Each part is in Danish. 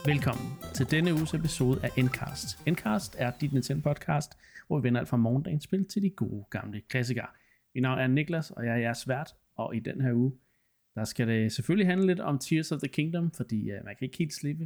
Velkommen til denne uges episode af Endcast. Endcast er dit Nintendo-podcast, hvor vi vender alt fra morgendagens spil til de gode gamle klassikere. Mit navn er Niklas, og jeg er jeres vært, og i den her uge, der skal det selvfølgelig handle lidt om Tears of the Kingdom, fordi man kan ikke helt slippe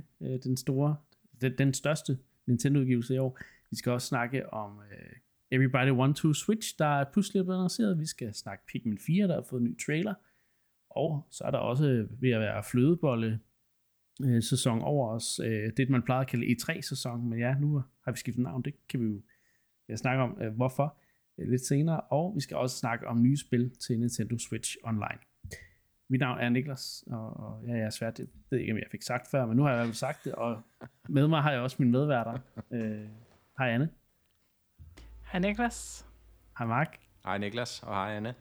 den største Nintendo-udgivelse i år. Vi skal også snakke om Everybody Want to Switch, der er pludselig blevet annonceret. Vi skal snakke Pikmin 4, der har fået en ny trailer. Og så er der også ved at være flødebolle sæson over os. Det man plejede at kalde E3-sæson, men ja, nu har vi skiftet navn. Det kan vi jo snakke om, hvorfor lidt senere. Og vi skal også snakke om nye spil til Nintendo Switch Online. Mit navn er Niklas, og jeg er svært. Jeg ved ikke, om jeg fik sagt før, men nu har jeg i hvert fald sagt det. Og med mig har jeg også mine medværter. Hej Anne. Hej Niklas. Hej Mark. Hej Niklas, og hej Anne.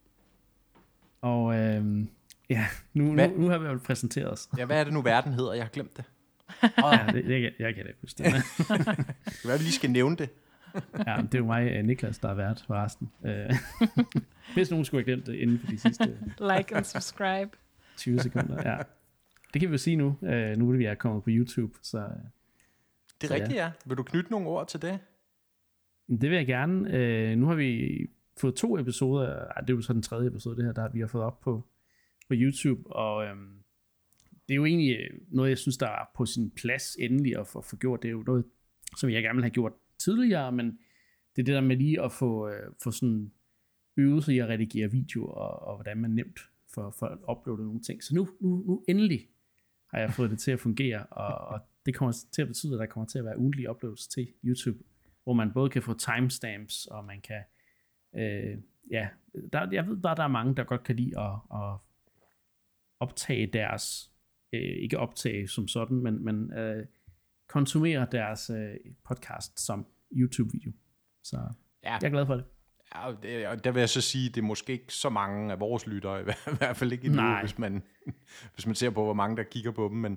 Og ja, nu har vi jo præsenteret os. Ja, hvad er det nu verden hedder? Jeg har glemt det. Ja, jeg kan da ikke huske det. Det er, vi lige skal nævne det. Ja, det er jo mig, Niklas, der er vært for resten. Hvis nogen skulle have glemt det inden for de sidste like and subscribe 20 sekunder, ja. Det kan vi jo sige nu. Nu er vi kommet på YouTube. Så, det er rigtigt, ja. Vil du knytte nogle ord til det? Det vil jeg gerne. Nu har vi fået 2 episoder. Det er jo så den 3. episode, det her, der vi har fået op på YouTube. Og det er jo egentlig noget, jeg synes, der er på sin plads endelig at få gjort. Det er jo noget, som jeg gerne ville have gjort tidligere, men det er det der med lige at få sådan øvet sig i at redigere video, og hvordan man nemt for at uploade nogle ting. Så nu endelig har jeg fået det til at fungere, og det kommer til at betyde, at der kommer til at være ugentlige uploads til YouTube, hvor man både kan få timestamps, og man kan jeg ved bare, der er mange, der godt kan lide at optage deres ikke optage som sådan, men konsumere deres podcast som YouTube-video. Så ja. Jeg er glad for det. Ja, der vil jeg så sige, det er måske ikke så mange af vores lyttere, i hvert fald ikke endnu, hvis man ser på, hvor mange der kigger på dem,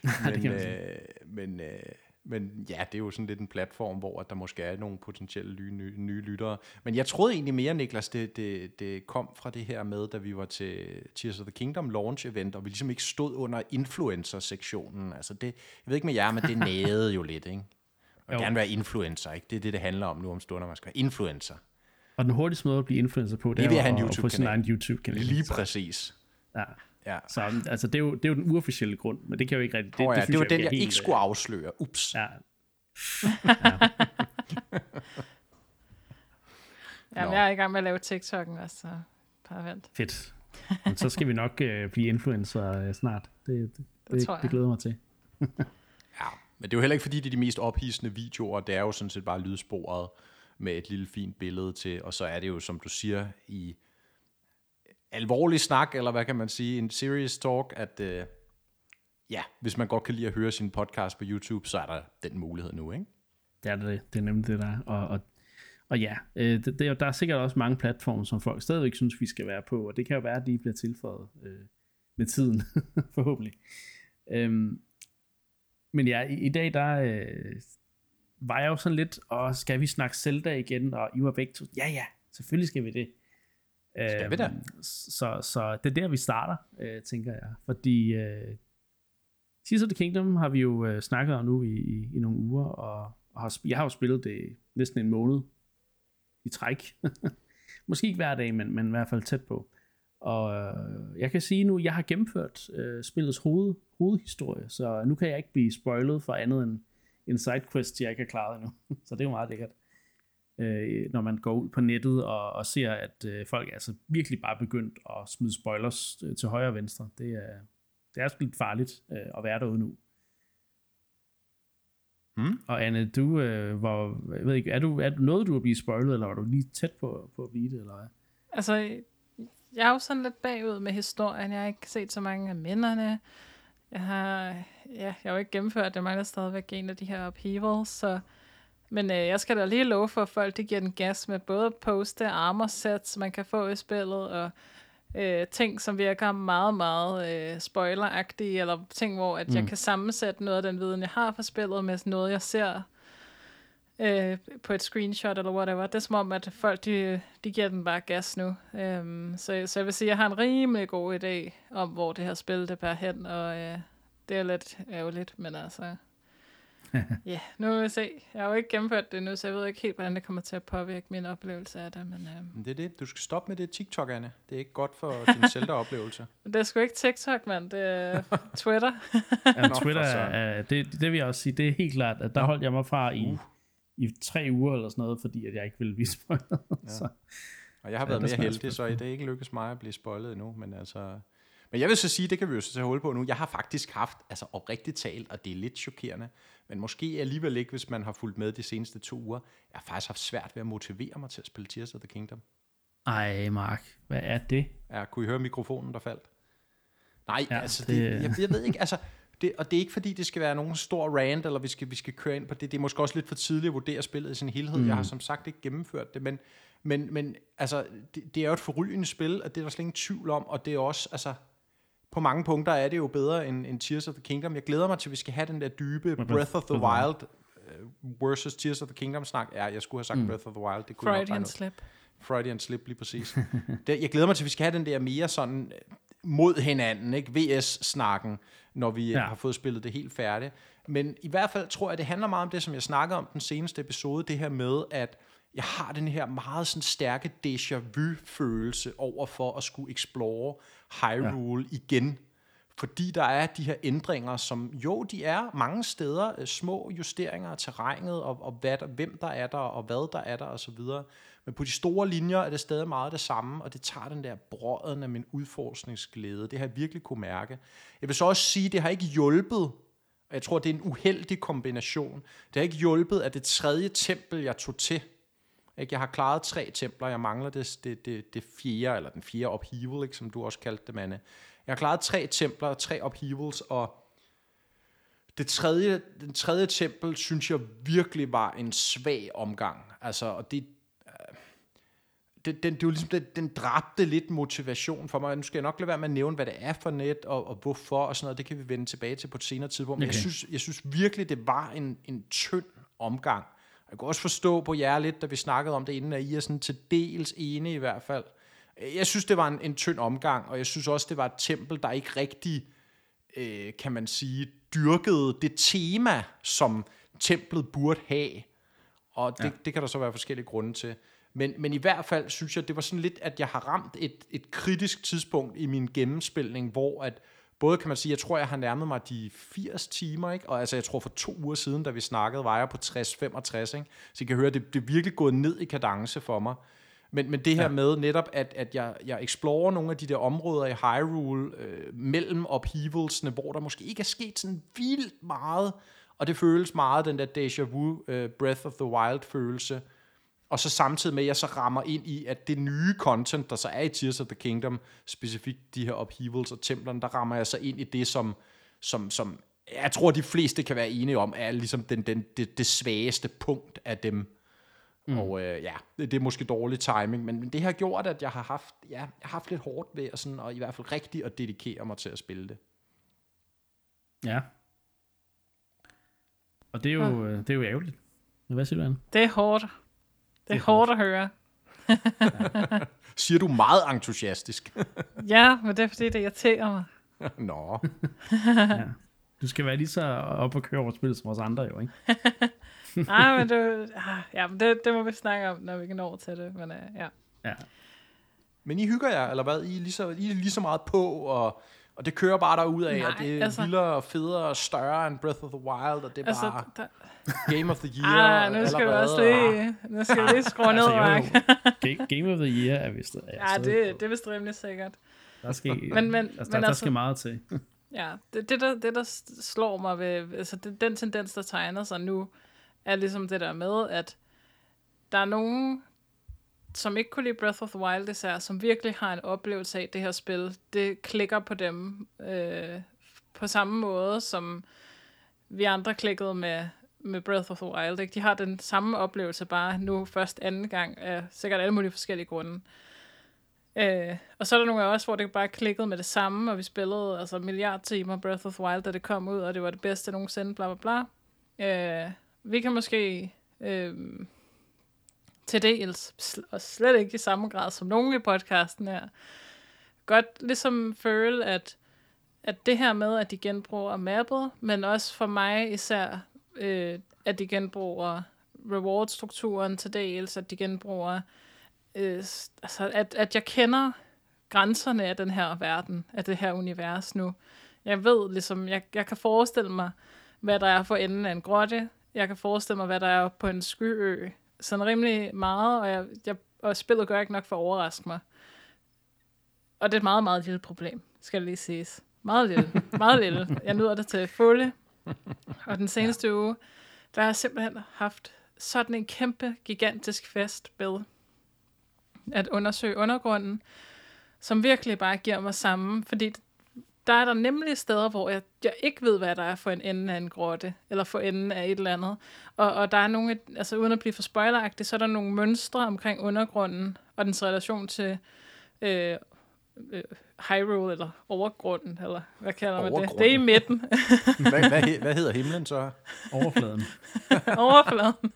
men ja, det er jo sådan lidt en platform, hvor der måske er nogle potentielle nye lyttere. Men jeg troede egentlig mere, Niklas, det kom fra det her med, da vi var til Tears of the Kingdom launch event, og vi ligesom ikke stod under influencer-sektionen. Altså det, jeg ved ikke med jer, men det nagede jo lidt, ikke? Og gerne være influencer, ikke? Det er det handler om nu om stunder, man skal være influencer. Og den hurtigste måde at blive influencer på, det er at få sin egen YouTube-kanal. Lige præcis. Ja. Så altså, det er jo den uofficielle grund, men det kan jo ikke rigtig. Det var den, jeg ikke skulle afsløre. Ups. Ja. Jamen, jeg er i gang med at lave TikTok'en også, så bare vent. Fedt. Men så skal vi nok blive influencer snart. Det glæder mig til. Ja, men det er jo heller ikke, fordi det er de mest ophidsende videoer. Det er jo sådan set bare lydsporet med et lille fint billede til, og så er det jo, som du siger, i alvorlig snak, eller hvad kan man sige, en serious talk, at hvis man godt kan lide at høre sin podcast på YouTube, så er der den mulighed nu, ikke? Det er det. Det er nemlig det der. Og ja, der er sikkert også mange platforme, som folk stadigvæk synes, vi skal være på, og det kan jo være, at de bliver tilføjet med tiden, forhåbentlig. Men ja, i dag, der var jeg jo sådan lidt, skal vi snakke Zelda igen, og I var begge to, ja, selvfølgelig skal vi det. Skal vi da? Så det er der, vi starter, tænker jeg. Fordi Tears of the Kingdom har vi jo snakket om nu i nogle uger, og jeg har jo spillet det næsten en måned i træk. Måske ikke hver dag, men i hvert fald tæt på. Og jeg kan sige nu, jeg har gennemført spillets hovedhistorie, så nu kan jeg ikke blive spoilet for andet end en sidequest, jeg ikke har klaret endnu. Så det er jo meget lækkert. Når man går ud på nettet og ser, at folk er altså virkelig bare begyndt at smide spoilers til højre og venstre. Det er sgu lidt farligt at være derude nu. Og Anne, du jeg ved ikke, er du noget, du er blevet spoilet, eller var du lige tæt på at blive det, eller hvad? Altså, jeg er jo sådan lidt bagud med historien. Jeg har ikke set så mange af minderne. Jeg har jo ikke gennemført, det mangler stadigvæk en af de her upheavals, så men jeg skal da lige love for, at folk de giver den gas med både poste armor sets, man kan få i spillet, og ting, som virker meget, meget spoileragtige, eller ting, hvor at jeg kan sammensætte noget af den viden, jeg har for spillet, med noget, jeg ser på et screenshot, eller whatever. Det er som om, at folk, de giver den bare gas nu. Så jeg vil sige, at jeg har en rimelig god idé om, hvor det her spil det bærer hen, og det er lidt ærgerligt, men altså... Ja, nu vil vi se. Jeg har jo ikke gennemført det nu, så jeg ved ikke helt, hvordan det kommer til at påvirke min oplevelse af det. Men det er det. Du skal stoppe med det TikTok, Anne. Det er ikke godt for din Zelda-oplevelse. det er sgu ikke TikTok, mand. Det er Twitter. Ja, Twitter, det vil jeg også sige. Det er helt klart, at der holdt jeg mig fra i 3 uger eller sådan noget, fordi at jeg ikke ville blive spoilet. Ja. Og jeg har været mere heldig, så det er ikke lykkedes mig at blive spoilet endnu. Men jeg vil så sige, det kan vi jo så tage hul på nu. Jeg har faktisk haft, altså oprigtigt talt, og det er lidt chokerende, men måske alligevel ikke, hvis man har fulgt med de seneste 2 uger. Jeg har faktisk haft svært ved at motivere mig til at spille Tears of the Kingdom. Ej, Mark, hvad er det? Ja, kunne I høre mikrofonen, der faldt? Nej, ja, altså, jeg ved ikke, altså, og det er ikke fordi, det skal være nogen stor rant, eller vi skal køre ind på det. Det er måske også lidt for tidligt at vurdere spillet i sin helhed. Jeg har som sagt ikke gennemført det, men altså, det er jo et forrygende spil, og det er der slet ingen tvivl om, og det er også, altså, på mange punkter er det jo bedre end Tears of the Kingdom. Jeg glæder mig til, at vi skal have den der dybe Breath of the Wild versus Tears of the Kingdom snak. Ja, jeg skulle have sagt Breath of the Wild. Det kunne Freudian slip, lige præcis. Jeg glæder mig til, at vi skal have den der mere sådan mod hinanden, ikke? VS-snakken, når vi har fået spillet det helt færdigt. Men i hvert fald tror jeg, det handler meget om det, som jeg snakkede om den seneste episode, det her med, at jeg har den her meget sådan stærke déjà vu-følelse over for at skulle explore Hyrule igen. Fordi der er de her ændringer, som jo, de er mange steder små justeringer af terrænet, og hvem der er der, og hvad der er der, og så videre. Men på de store linjer er det stadig meget det samme, og det tager den der brøden af min udforskningsglæde. Det har jeg virkelig kunne mærke. Jeg vil så også sige, det har ikke hjulpet, og jeg tror, det er en uheldig kombination. Det har ikke hjulpet, at det 3. tempel, jeg tog til, jeg har klaret 3 templer, jeg mangler det 4, eller den 4 upheaval, ikke, som du også kaldte det, Manne. Jeg har klaret 3 templer, 3 upheavals, og den tredje tempel, synes jeg virkelig var en svag omgang. Altså, og det var ligesom, den dræbte lidt motivation for mig. Nu skal jeg nok lade være med at nævne, hvad det er for net, og hvorfor, og sådan noget. Det kan vi vende tilbage til på et senere tidspunkt. Men jeg synes virkelig, det var en tynd omgang. Jeg kan også forstå på jer lidt, da vi snakkede om det inden, at I er sådan til dels enige i hvert fald. Jeg synes, det var en tynd omgang, og jeg synes også, det var et tempel, der ikke rigtig, kan man sige, dyrkede det tema, som templet burde have. Og det kan der så være forskellige grunde til. Men i hvert fald synes jeg, det var sådan lidt, at jeg har ramt et kritisk tidspunkt i min gennemspilning, hvor at både kan man sige, jeg tror, jeg har nærmet mig de 80 timer, ikke? Og altså, jeg tror for 2 uger siden, da vi snakkede, var jeg på 60-65, ikke? Så I kan høre, det er virkelig gået ned i kadence for mig. Men det her med netop, at jeg explorer nogle af de der områder i Hyrule, mellem upheavalsene, hvor der måske ikke er sket sådan vildt meget, og det føles meget, den der déjà vu, Breath of the Wild følelse, og så samtidig med, at jeg så rammer ind i, at det nye content, der så er i Tears of the Kingdom, specifikt de her upheavals og templerne, der rammer jeg så ind i det, som jeg tror, de fleste kan være enige om, er ligesom det svageste punkt af dem. Og det er måske dårlig timing, men det har gjort, at jeg har haft lidt hårdt ved at sådan, og i hvert fald rigtigt at dedikere mig til at spille det. Ja. Og det er jo ærgerligt. Hvad siger du, Anne? Det er hårdt. Det er hårdt at høre. Siger du meget entusiastisk? Ja, men det er fordi, det irriterer mig. Nå. Ja. Du skal være lige så op og køre over spillet som os andre jo, ikke? Nej, men det må vi snakke om, når vi kan nå til det. Men, ja. Men I hygger jer, eller hvad? I er lige så meget på, og det kører bare derudad, og det er vildere og federe og større end Breath of the Wild, og det er bare Game of the Year. Nu skal du også lige skrue ned, Mark. Game of the Year er vist. Ja, det er vist rimelig sikkert. Der skal meget til. Ja, det der slår mig ved, altså den tendens, der tegner sig nu, er ligesom det der med, at der er nogen, som ikke kunne lide Breath of the Wild især, som virkelig har en oplevelse af det her spil. Det klikker på dem på samme måde, som vi andre klikkede med Breath of the Wild. Ikke? De har den samme oplevelse, bare nu først anden gang, af sikkert alle mulige forskellige grunde. Og så er der nogle af os, hvor det bare klikkede med det samme, og vi spillede altså milliardtimer Breath of the Wild, da det kom ud, og det var det bedste nogensinde, bla bla bla. Vi kan måske til dels, og slet ikke i samme grad som nogen i podcasten her, godt ligesom føle, at det her med, at de genbruger mappet, men også for mig især, at de genbruger reward-strukturen til dels, at de genbruger, altså at jeg kender grænserne af den her verden, af det her univers nu. Jeg ved ligesom, jeg kan forestille mig, hvad der er for enden af en grotte. Jeg kan forestille mig, hvad der er på en skyø. Sådan rimelig meget, og spillet gør ikke nok for at overraske mig. Og det er et meget, meget lille problem, skal det lige siges. Meget lille, meget lille. Jeg nyder det til fulde. Og den seneste uge, der har jeg simpelthen haft sådan en kæmpe, gigantisk fest med at undersøge undergrunden, som virkelig bare giver mig sammen, fordi der er der nemlig steder, hvor jeg ikke ved, hvad der er for en ende af en grotte, eller for enden af et eller andet. Og der er nogle, altså uden at blive for spoileragtig, så er der nogle mønstre omkring undergrunden, og dens relation til Hyrule, eller overgrunden, eller hvad kalder man det? Det er i midten. Hvad hedder himlen så? Overfladen. Overfladen.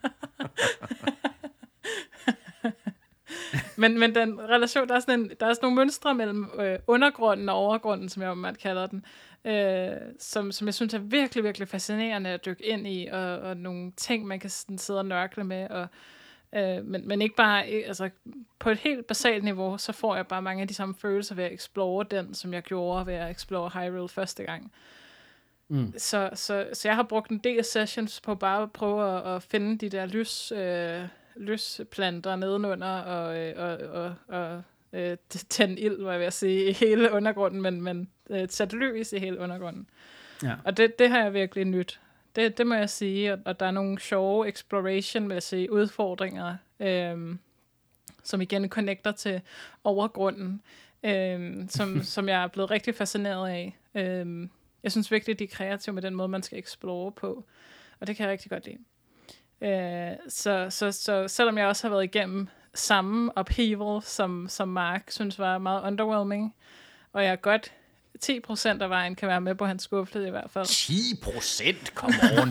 men den relation, der er sådan nogle mønstre mellem undergrunden og overgrunden, som man kalder den, som jeg synes er virkelig, virkelig fascinerende at dykke ind i, og nogle ting, man kan sådan sidde og nørkle med, og men ikke bare, altså på et helt basalt niveau, så får jeg bare mange af de samme følelser ved at explore den, som jeg gjorde ved at explore Hyrule første gang. Så jeg har brugt en del sessions på bare at prøve at finde de der lysplanter nedenunder og tænde ild, var jeg ved at sige, i hele undergrunden, men sætte lys i hele undergrunden. Ja. Og det har jeg virkelig nyt. Det må jeg sige, og der er nogle sjove exploration-mæssige udfordringer, som igen connecter til overgrunden, som jeg er blevet rigtig fascineret af. Jeg synes virkelig, de er kreative med den måde, man skal explore på, og det kan jeg rigtig godt lide. Så selvom jeg også har været igennem samme upheaval, som Mark synes var meget underwhelming, og jeg er godt 10% af vejen kan være med på hans skuffelse i hvert fald. 10%? Come on!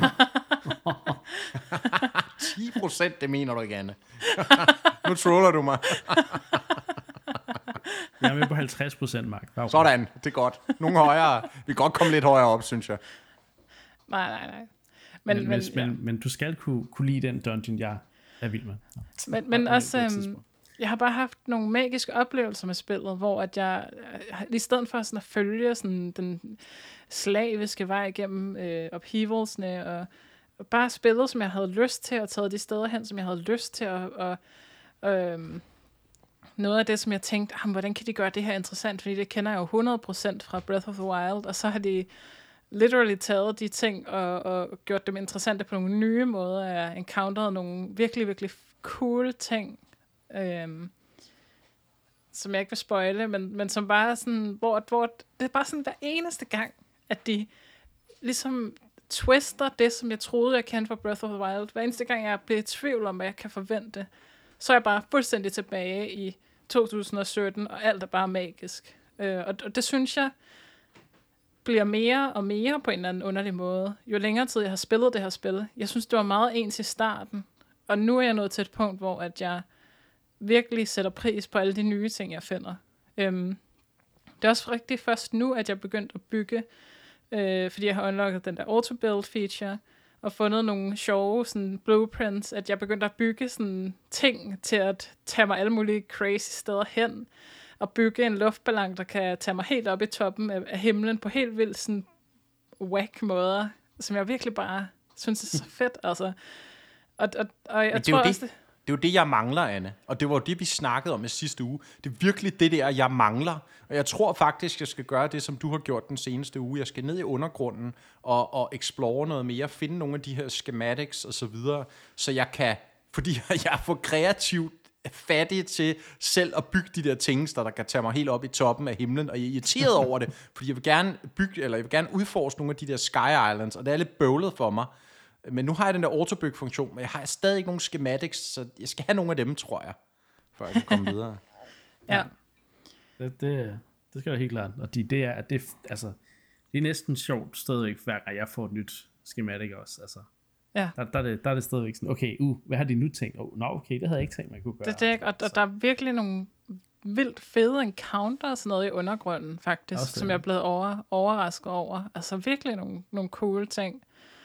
10%, det mener du ikke, Anne. Nu troller du mig. Jeg er med på 50%, Mark. Sådan, det er godt. Nogle højere. Vi kan godt komme lidt højere op, synes jeg. Nej. Men du skal kunne lide den dungeon, jeg er vild med. Men også, jeg har bare haft nogle magiske oplevelser med spillet, hvor at jeg, i stedet for sådan at følge sådan den slaviske vej igennem upheavalsene, og bare spillet, som jeg havde lyst til, og taget de steder hen, som jeg havde lyst til, og noget af det, som jeg tænkte, hvordan kan de gøre det her interessant, fordi det kender jeg jo 100% fra Breath of the Wild, og så har de literally taget de ting og gjort dem interessante på nogle nye måder. Jeg encounterede nogle virkelig, virkelig cool ting, som jeg ikke vil spoile, men som bare sådan, hvor det er bare sådan hver eneste gang, at de ligesom twister det, som jeg troede, jeg kendte fra Breath of the Wild. Hver eneste gang, jeg bliver i tvivl om, hvad jeg kan forvente, så er jeg bare fuldstændig tilbage i 2017, og alt er bare magisk. Og det synes jeg bliver mere og mere på en eller anden underlig måde. Jo længere tid jeg har spillet det her spil, jeg synes, det var meget ens i starten, og nu er jeg nået til et punkt, hvor at jeg virkelig sætter pris på alle de nye ting, jeg finder. Det er også rigtig først nu, at jeg er begyndt at bygge, fordi jeg har unlocket den der auto-build feature, og fundet nogle sjove sådan, blueprints, at jeg begyndte at bygge sådan, ting til at tage mig alle mulige crazy steder hen, og bygge en luftballon, der kan tage mig helt op i toppen af himlen på helt vildt sådan whack måder, som jeg virkelig bare synes er så fedt. Altså. Og jeg tror også... Det er jo det, jeg mangler, Anne. Og det var jo det, vi snakkede om i sidste uge. Det er virkelig det der, jeg mangler. Og jeg tror faktisk, jeg skal gøre det, som du har gjort den seneste uge. Jeg skal ned i undergrunden og explore noget mere. Finde nogle af de her schematics og så videre. Så jeg kan, fordi jeg er for kreativt fattig til selv at bygge de der ting, der kan tage mig helt op i toppen af himlen. Og jeg er irriteret over det, fordi jeg vil gerne udforske nogle af de der Sky Islands. Og det er lidt bøvlet for mig. Men nu har jeg den der autobyg-funktion, men jeg har stadig ikke nogen schematics, så jeg skal have nogle af dem, tror jeg, før jeg kan komme videre. Ja. Det skal jeg helt klart. Og det er næsten sjovt stadigvæk, hver gang jeg får et nyt schematic også. Altså, ja. Der er det stadigvæk sådan, okay, hvad har de nu tænkt? Okay, det havde jeg ikke tænkt, man kunne gøre. Og der er virkelig nogle vildt fede encounter og sådan noget i undergrunden, faktisk, som jeg er blevet overrasket over. Altså virkelig nogle cool ting.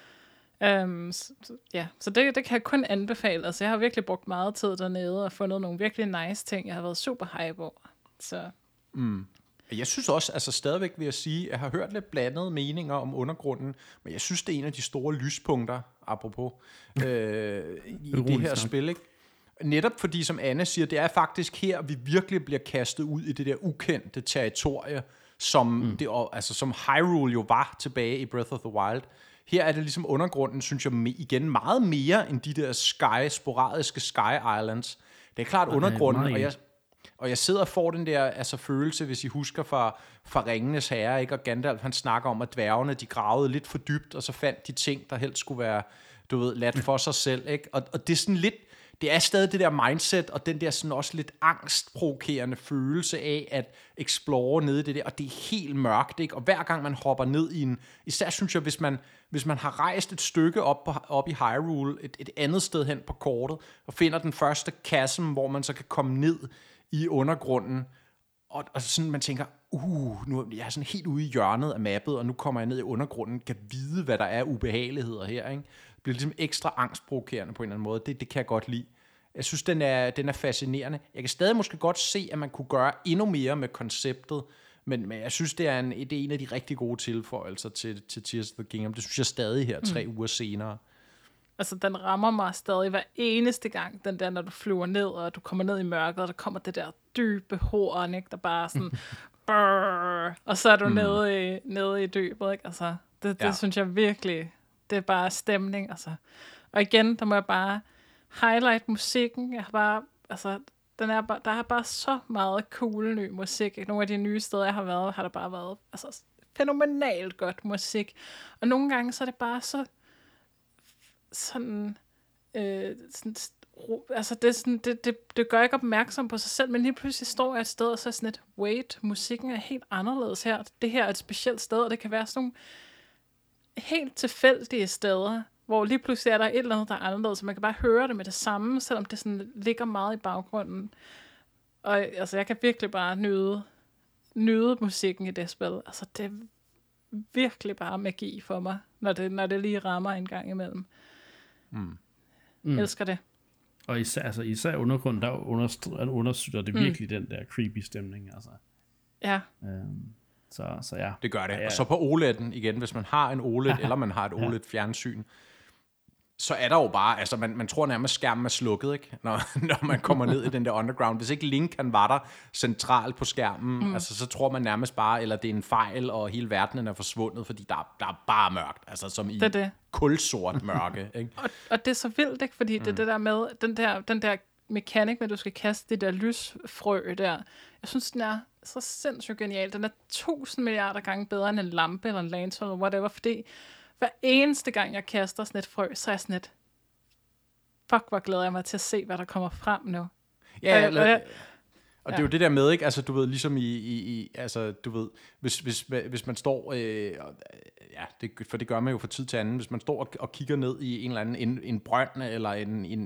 Så det kan jeg kun anbefale. Altså jeg har virkelig brugt meget tid dernede og fundet nogle virkelig nice ting. Jeg har været super hype over. Så. Jeg synes også, altså stadigvæk vil jeg sige, jeg har hørt lidt blandede meninger om undergrunden, men jeg synes, det er en af de store lyspunkter, apropos, i det her spil, ikke? Netop fordi, som Anne siger, det er faktisk her, vi virkelig bliver kastet ud i det der ukendte territorie, som Hyrule jo var tilbage i Breath of the Wild. Her er det ligesom undergrunden, synes jeg, igen meget mere end de der sporadiske Sky Islands. Det er klart undergrunden, og jeg sidder og får den der følelse, hvis I husker fra Ringenes Herre, ikke? Og Gandalf, han snakker om, at dværgene, de gravede lidt for dybt, og så fandt de ting, der helst skulle være, ladt for sig selv, ikke? Og det er sådan lidt, det er stadig det der mindset, og den der sådan også lidt angstprovokerende følelse af at explore nede i det der, og det er helt mørkt, ikke? Og hver gang man hopper ned i især synes jeg, hvis man har rejst et stykke op i Hyrule, et andet sted hen på kortet, og finder den første chasm, hvor man så kan komme ned i undergrunden, og sådan man tænker, nu er jeg sådan helt ude i hjørnet af mappet, og nu kommer jeg ned i undergrunden, kan vide, hvad der er ubehageligheder her, ikke? Det bliver ligesom ekstra angstprovokerende på en eller anden måde. Det kan jeg godt lide. Jeg synes, den er fascinerende. Jeg kan stadig måske godt se, at man kunne gøre endnu mere med konceptet, men jeg synes, det er en af de rigtig gode tilføjelser til Tears of the Kingdom. Det synes jeg stadig her, 3 uger senere. Altså, den rammer mig stadig hver eneste gang, den der, når du flyver ned, og du kommer ned i mørket, og der kommer det der dybe horn, ikke? Der bare sådan, og så er du nede i dybet, ikke? Altså, det synes jeg virkelig, det er bare stemning, altså. Og igen, der må jeg bare highlight musikken. Jeg har bare, altså, der er bare så meget cool ny musik. Nogle af de nye steder, jeg har været, har der bare været altså, fænomenalt godt musik. Og nogle gange, så er det bare så sådan, altså det gør ikke opmærksom på sig selv, men lige pludselig står jeg et sted, og så er sådan et, wait, musikken er helt anderledes her. Det her er et specielt sted, og det kan være sådan nogle helt tilfældige steder, hvor lige pludselig er der et eller andet, der er anderledes, så man kan bare høre det med det samme, selvom det sådan ligger meget i baggrunden. Og altså, jeg kan virkelig bare nyde musikken i det spil. Altså, det er virkelig bare magi for mig, når det lige rammer en gang imellem. Jeg elsker det. Og især undergrunden, der understøtter det virkelig den der creepy stemning. Altså. Ja. Så ja. Det gør det. Ja. Og så på OLED'en igen, hvis man har en OLED, eller man har et OLED-fjernsyn, så er der jo bare, altså man tror nærmest skærmen er slukket, ikke? Når man kommer ned i den der underground. Hvis ikke Link han var der centralt på skærmen, altså så tror man nærmest bare, eller det er en fejl, og hele verdenen er forsvundet, fordi der er bare mørkt, altså som i kulsort mørke, ikke? og det er så vildt, ikke? Fordi det der med, den der mekanik med, at du skal kaste det der lysfrø der, jeg synes, den er så sindssygt genial. Den er 1000 milliarder gange bedre end en lampe, eller en lantern, eller whatever, fordi hver eneste gang, jeg kaster sådan et frø, så er jeg sådan et, fuck, hvor glæder jeg mig til at se, hvad der kommer frem nu. Ja, og det er jo det der med, ikke? Altså, du ved, ligesom altså, du ved, hvis man står, for det gør man jo fra tid til anden, hvis man står og kigger ned i en eller anden, en brønd, eller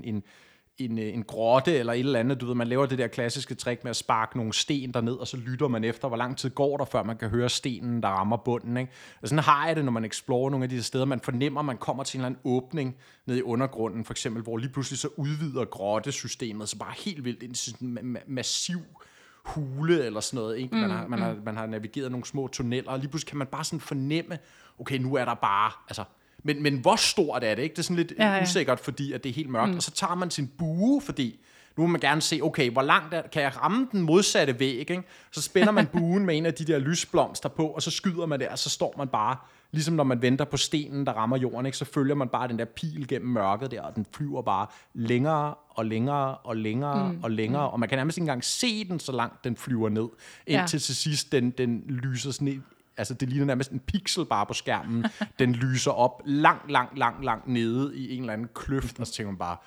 en grotte, eller et eller andet, du ved, man laver det der klassiske trick med at sparke nogle sten derned, og så lytter man efter, hvor lang tid går der, før man kan høre stenen, der rammer bunden, ikke? Og sådan har jeg det, når man explorer nogle af de steder, man fornemmer, man kommer til en eller anden åbning ned i undergrunden, for eksempel, hvor lige pludselig så udvider grottesystemet, så bare helt vildt ind i sådan en massiv hule, eller sådan noget, ikke? Man har navigeret nogle små tunneller, og lige pludselig kan man bare sådan fornemme, okay, nu er der bare, altså, men hvor stort er det, ikke? Det er sådan lidt usikkert, fordi at det er helt mørkt. Og så tager man sin bue, fordi nu vil man gerne se, okay, hvor langt kan jeg ramme den modsatte væg, ikke? Så spænder man buen med en af de der lysblomster på, og så skyder man det, og så står man bare, ligesom når man venter på stenen, der rammer jorden, ikke? Så følger man bare den der pil gennem mørket der, og den flyver bare længere og længere og længere og længere, og man kan nærmest ikke engang se den, så langt den flyver ned, indtil til sidst den lyser sådan. Altså, det ligner nærmest en pixel bare på skærmen. Den lyser op langt nede i en eller anden kløft, og så tænker man bare,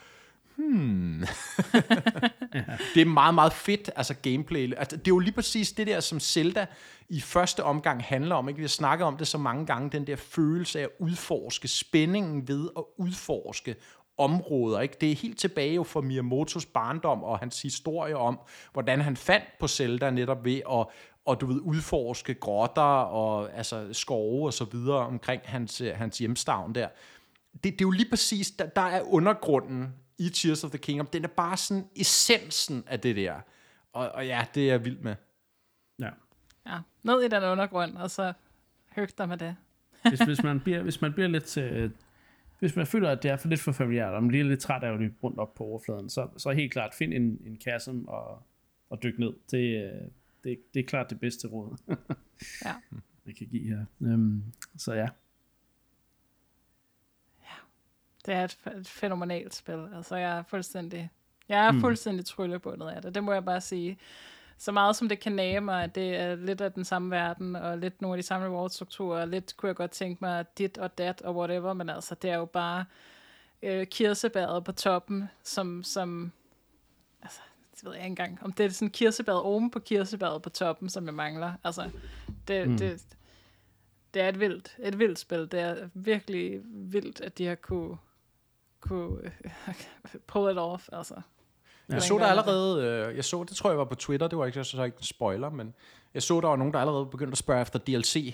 Det er meget, meget fedt, altså gameplay. Altså, det er jo lige præcis det der, som Zelda i første omgang handler om. Ikke? Vi har snakket om det så mange gange, den der følelse af at udforske, spændingen ved at udforske områder, ikke? Det er helt tilbage jo fra Miyamotos barndom og hans historie om, hvordan han fandt på Zelda netop ved at du ved, udforske grotter og altså skove og så videre omkring hans hjemstavn der. Det er jo lige præcis, der er undergrunden i Tears of the Kingdom. Den er bare sådan essensen af det der. Og ja, det er jeg vild med. Ja, ned i den undergrund, og så høg dig med det. hvis man bliver lidt... Hvis man føler, at det er for lidt for familiært, og man bliver lidt træt af at løbe rundt op på overfladen, så helt klart find en chasm og dyk ned. Det er klart det bedste råd, Ja. jeg kan give her. Så ja. Det er et fænomenalt spil. Altså, jeg er fuldstændig tryllebundet af det. Det må jeg bare sige. Så meget som det kan nære mig, at det er lidt af den samme verden, og lidt nogle af de samme reward-strukturer, og lidt kunne jeg godt tænke mig dit og dat og whatever, men altså, det er jo bare kirsebæret på toppen, som altså, det ved jeg ikke engang, om det er sådan kirsebæret oven på kirsebæret på toppen, som jeg mangler. Altså, det er et vildt spil. Det er virkelig vildt, at de har kunne pull it off, altså. Jeg så der allerede, det tror jeg var på Twitter, det var ikke så ikke en spoiler, men jeg så der var nogen, der allerede begyndte at spørge efter DLC.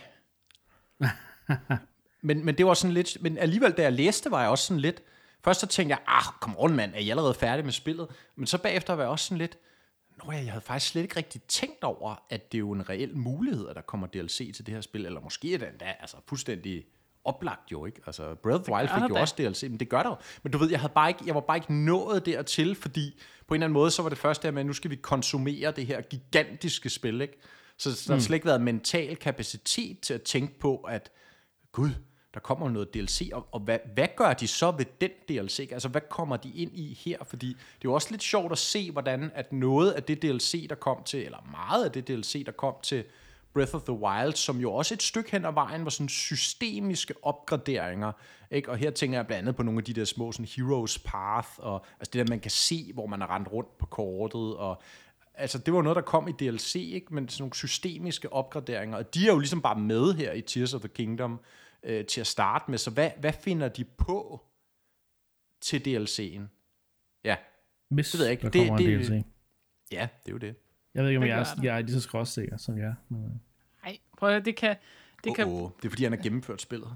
men det var sådan lidt, men alligevel da jeg læste, var jeg også sådan lidt, først så tænkte jeg, come on mand, er I allerede færdig med spillet? Men så bagefter var jeg også sådan lidt, jeg havde faktisk slet ikke rigtig tænkt over, at det er jo en reel mulighed, at der kommer DLC til det her spil, eller måske er det endda altså fuldstændig oplagt jo, ikke? Altså, Breath of the Wild fik jo også DLC, men det gør der jo. Men du ved, jeg var bare ikke nået dertil, fordi på en eller anden måde, så var det første her med, at nu skal vi konsumere det her gigantiske spil, ikke? Så der har slet ikke været mental kapacitet til at tænke på, at gud, der kommer noget DLC, og hvad gør de så ved den DLC? Altså, hvad kommer de ind i her? Fordi det er jo også lidt sjovt at se, hvordan at noget af det DLC, der kom til, eller meget af det DLC, der kom til Breath of the Wild, som jo også et stykke hen ad vejen var sådan systemiske opgraderinger, ikke? Og her tænker jeg blandt andet på nogle af de der små sådan Heroes Path, og altså det der, man kan se, hvor man er rendt rundt på kortet, og altså det var noget, der kom i DLC, ikke? Men sådan nogle systemiske opgraderinger, og de er jo ligesom bare med her i Tears of the Kingdom til at starte med, så hvad finder de på til DLC'en? Ja, hvis det ved jeg ikke. Der kommer en DLC. Ja, det er jo det. Jeg ved ikke, om jeg er lige så skråsikker som jeg. Nej, prøv at det kan... Det er fordi, han har gennemført spillet.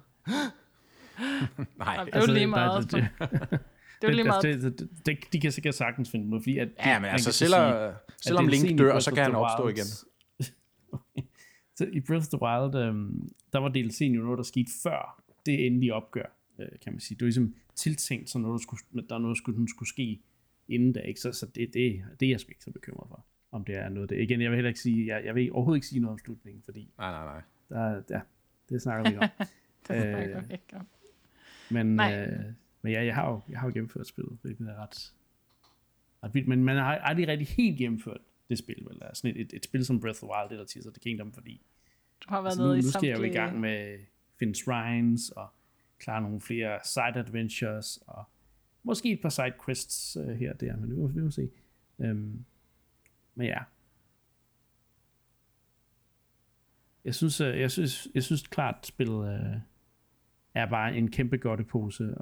Nej. Det er jo lige meget. Det er jo lige meget. De kan sikkert sagtens finde noget, fordi at... Ja, men altså, selvom Link dør, så kan han opstå igen. Så i Breath of the Wild, der var DLC'en jo noget, der skete før det endelige opgør, kan man sige. Det var ligesom tiltænkt, så noget, der skulle ske inden da, ikke? Så det er jeg sgu ikke så bekymret for, om det er noget. Igen, jeg vil heller ikke sige, jeg vil overhovedet ikke sige noget om slutningen, fordi... Nej. Det snakker vi ikke om. Det snakker vi ikke om. Men ja, jeg har jo gennemført spillet, hvilket er ret vildt, men man har aldrig rigtig helt gennemført det spil, vel? Altså et spil som Breath of the Wild eller Tears of the Kingdom, fordi du har været nede i nu skal jeg jo i gang med at finde shrines og klare nogle flere side adventures og måske et par side quests her og der, men vi må se. Men ja. Jeg synes klart, at spillet er bare en kæmpe godtepose,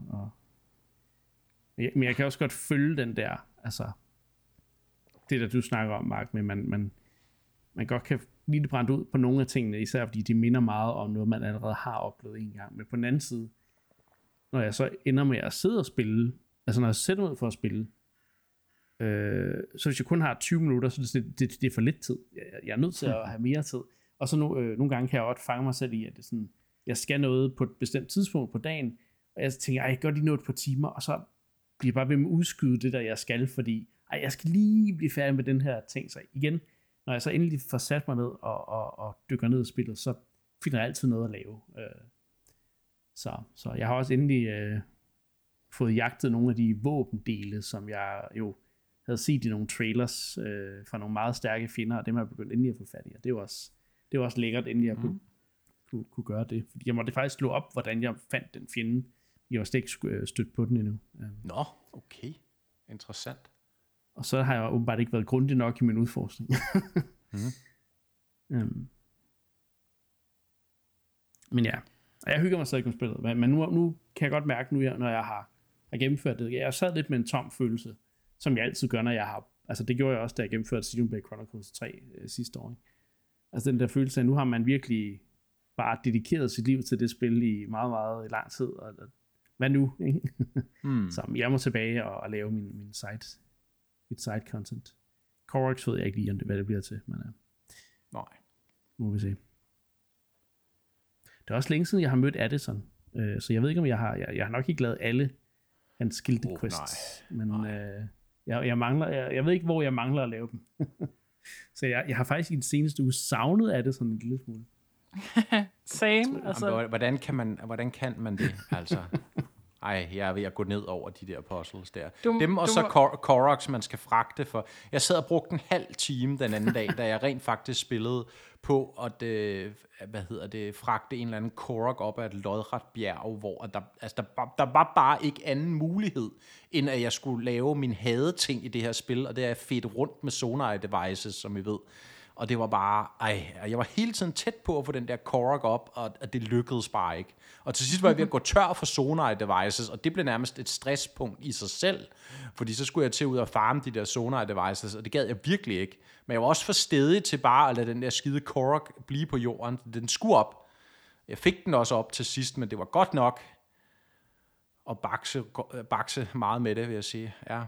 men jeg kan også godt følge den der, altså det der du snakker om, Mark, med man godt kan lige brænde ud på nogle af tingene, især fordi de minder meget om noget, man allerede har oplevet en gang. Men på den anden side, når jeg så ender med at sidde og spille, altså når jeg sætter ud for at spille, så hvis jeg kun har 20 minutter, så det er for lidt tid. Jeg er nødt til at have mere tid. Og så nogle gange kan jeg også fange mig selv i, at det sådan, jeg skal noget på et bestemt tidspunkt på dagen, og jeg tænker, jeg kan godt lige nå et par timer, og så bliver jeg bare ved med at udskyde det der, jeg skal, fordi jeg skal lige blive færdig med den her ting. Så igen, når jeg så endelig får sat mig ned og dykker ned i spillet, så finder jeg altid noget at lave. Så jeg har også endelig fået jagtet nogle af de våbendele, som jeg jo havde set i nogle trailers fra nogle meget stærke fjender, og dem har jeg begyndt endelig at få fat i. Og det var også lækkert endelig at kunne gøre det. Fordi jeg måtte faktisk slå op, hvordan jeg fandt den fjende. Jeg var slet ikke stødt på den endnu. Nå, okay. Interessant. Og så har jeg åbenbart ikke været grundig nok i min udforskning. Men ja, og jeg hygger mig stadig med spillet. Men nu kan jeg godt mærke, når jeg har har gennemført det. Jeg sad lidt med en tom følelse, som jeg altid gør, når jeg har... Altså det gjorde jeg også, da jeg gennemførte Xenoblade Chronicles 3 sidste år. Ikke? Altså den der følelse af, nu har man virkelig bare dedikeret sit liv til det spil i meget, meget lang tid. Og hvad nu? Ikke? Så jeg må tilbage og lave mit side content. Korok ved jeg ikke lige, hvad det bliver til. Men, nej. Nu må vi se. Det er også længe siden, jeg har mødt Addison. Så jeg ved ikke, om jeg har nok ikke lavet alle hans skilted quests. Nej. Men jeg mangler, jeg ved ikke, hvor jeg mangler at lave dem. Så jeg har faktisk i den seneste uge savnet Addison en lille smule. Same. Altså. Hvordan kan man det, altså? Ej, jeg er ved at gå ned over de der puzzles der. Dem og så Koroks, man skal fragte for. Jeg sad og brugte en halv time den anden dag, da jeg rent faktisk spillede på at fragte en eller anden Korok op ad et lodret bjerg, hvor der var bare ikke anden mulighed, end at jeg skulle lave min hadeting i det her spil, og det er fedt rundt med sonar devices, som I ved. Og det var bare, jeg var hele tiden tæt på at få den der Korok op, og det lykkedes bare ikke. Og til sidst var jeg ved at gå tør for sonar devices, og det blev nærmest et stresspunkt i sig selv, fordi så skulle jeg til ud og farme de der sonar devices, og det gad jeg virkelig ikke. Men jeg var også for stedig til bare at lade den der skide Korok blive på jorden. Den skulle op. Jeg fik den også op til sidst, men det var godt nok at bakse meget med det, vil jeg sige. Ja.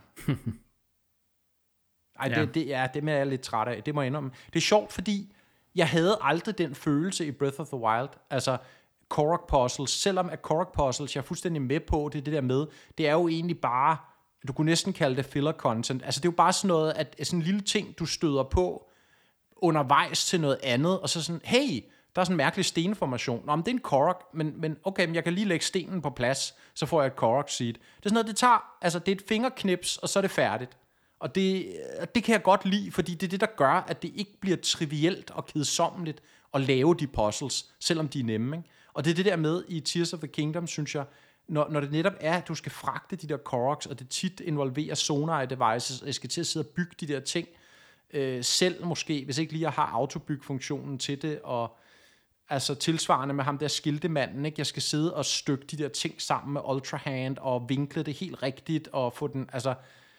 Det er jeg lidt træt af. Det må jeg indrømme. Det er sjovt, fordi jeg havde aldrig den følelse i Breath of the Wild. Altså Korok puzzles, selvom at Korok puzzles, jeg er fuldstændig med på det der med, det er jo egentlig bare, du kunne næsten kalde det filler content. Altså det er jo bare sådan noget, at sådan en lille ting, du støder på undervejs til noget andet, og så sådan, hey, der er sådan en mærkelig stenformation. Nå, men det er en Korok, men okay, men jeg kan lige lægge stenen på plads, så får jeg et Korok seed. Det er sådan noget, det tager, altså det er et fingerknips, og så er det færdigt. Og det kan jeg godt lide, fordi det er det, der gør, at det ikke bliver trivielt og kedsommeligt at lave de puzzles, selvom de er nemme. Ikke? Og det er det der med i Tears of the Kingdom, synes jeg, når det netop er, at du skal fragte de der Koroks, og det tit involverer sonar devices, og jeg skal til at sidde og bygge de der ting selv måske, hvis ikke lige jeg har autobyggefunktionen til det, og altså tilsvarende med ham der skiltemanden, ikke? Jeg skal sidde og stykke de der ting sammen med Ultra Hand, og vinkle det helt rigtigt, og få den, altså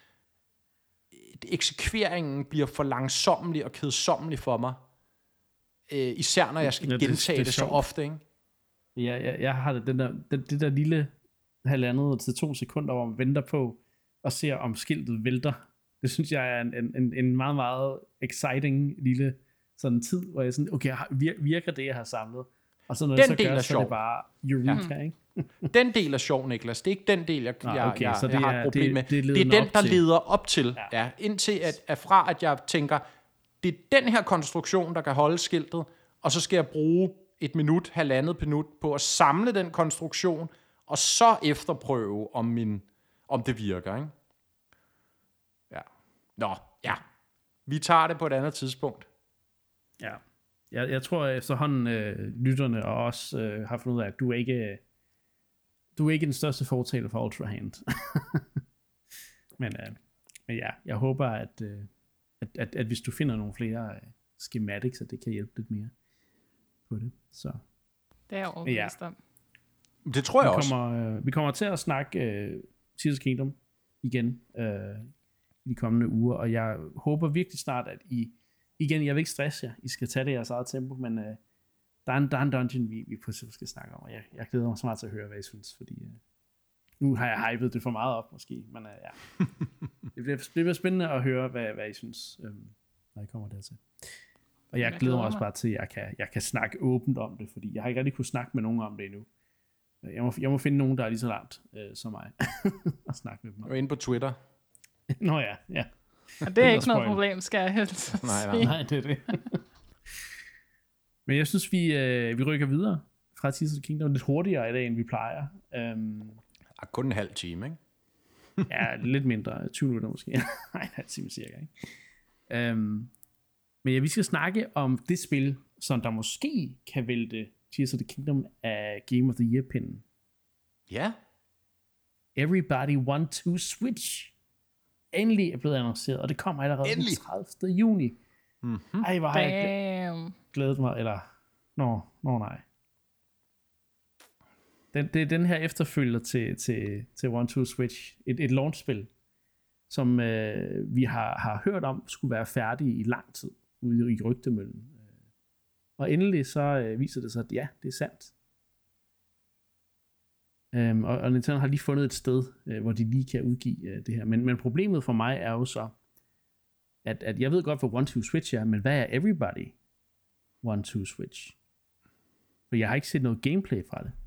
eksekveringen bliver for langsommelig og kedsommelig for mig. Især når jeg skal gentage det så ofte, ikke? Ja, jeg har det der lille 1,5 til 2 sekunder, hvor man venter på og ser, om skiltet vælter. Det synes jeg er en meget, meget exciting lille sådan tid, hvor jeg sådan, okay, virker det, jeg har samlet? Og så når det så gør, så er det bare Eureka, ikke? Den del er sjov, Niklas. Det er ikke den del, jeg har et problem med. Det er den, der leder op til. Ja. Indtil at fra, at jeg tænker, det er den her konstruktion, der kan holde skiltet, og så skal jeg bruge 1 minut, 1,5 minut på at samle den konstruktion, og så efterprøve, om det virker, ikke? Ja. Nå, ja. Vi tager det på et andet tidspunkt. Ja. Jeg tror efterhånden lytterne og os har fundet ud af, at du er ikke den største fortaler for Ultra Hand. men ja, jeg håber, at hvis du finder nogle flere schematics, at det kan hjælpe lidt mere på det. Så. Det er jeg overbevist om. Det tror jeg også. Vi kommer til at snakke Tears of the Kingdom igen i de kommende uger, og jeg håber virkelig snart, at igen, jeg vil ikke stresse jer. I skal tage det i jeres eget tempo, men der er en dungeon, vi pludselig skal snakke om, og jeg glæder mig så meget til at høre, hvad I synes, fordi nu har jeg hypet det for meget op, måske, men ja. Det bliver spændende at høre, hvad I synes, når I kommer dertil. Og jeg glæder mig også bare til, at jeg kan snakke åbent om det, fordi jeg har ikke rigtig kunne snakke med nogen om det endnu. Jeg må finde nogen, der er lige så langt som mig, og snakke med dem om. Og inde på Twitter. Nå ja. Og det er ikke noget problem, skal jeg helst sige. Nej, det er det. Men jeg synes, vi rykker videre fra Tears of the Kingdom lidt hurtigere i dag, end vi plejer. Kun en halv time, ikke? Ja, lidt mindre. 20 minutter måske. Nej, en halv time cirka, ikke? Men ja, vi skal snakke om det spil, som der måske kan vælte Tears of the Kingdom af Game of the Year-pinden. Ja. Everybody Want to Switch. Endelig er blevet annonceret, og det kommer allerede den 30. juni. Mm-hmm. Ej, hvor har jeg glædet mig, eller... Nå, nej. Det er den her efterfølger til One Two Switch. Et launchspil, som vi har hørt om, skulle være færdig i lang tid ude i rygtemøllen. Og endelig så viser det sig, at ja, det er sandt. Og Nintendo har lige fundet et sted, hvor de lige kan udgive det her. Men problemet for mig er jo så, at jeg ved godt, hvad One Two Switch er, men hvad er Everybody One Two Switch? For jeg har ikke set noget gameplay fra det.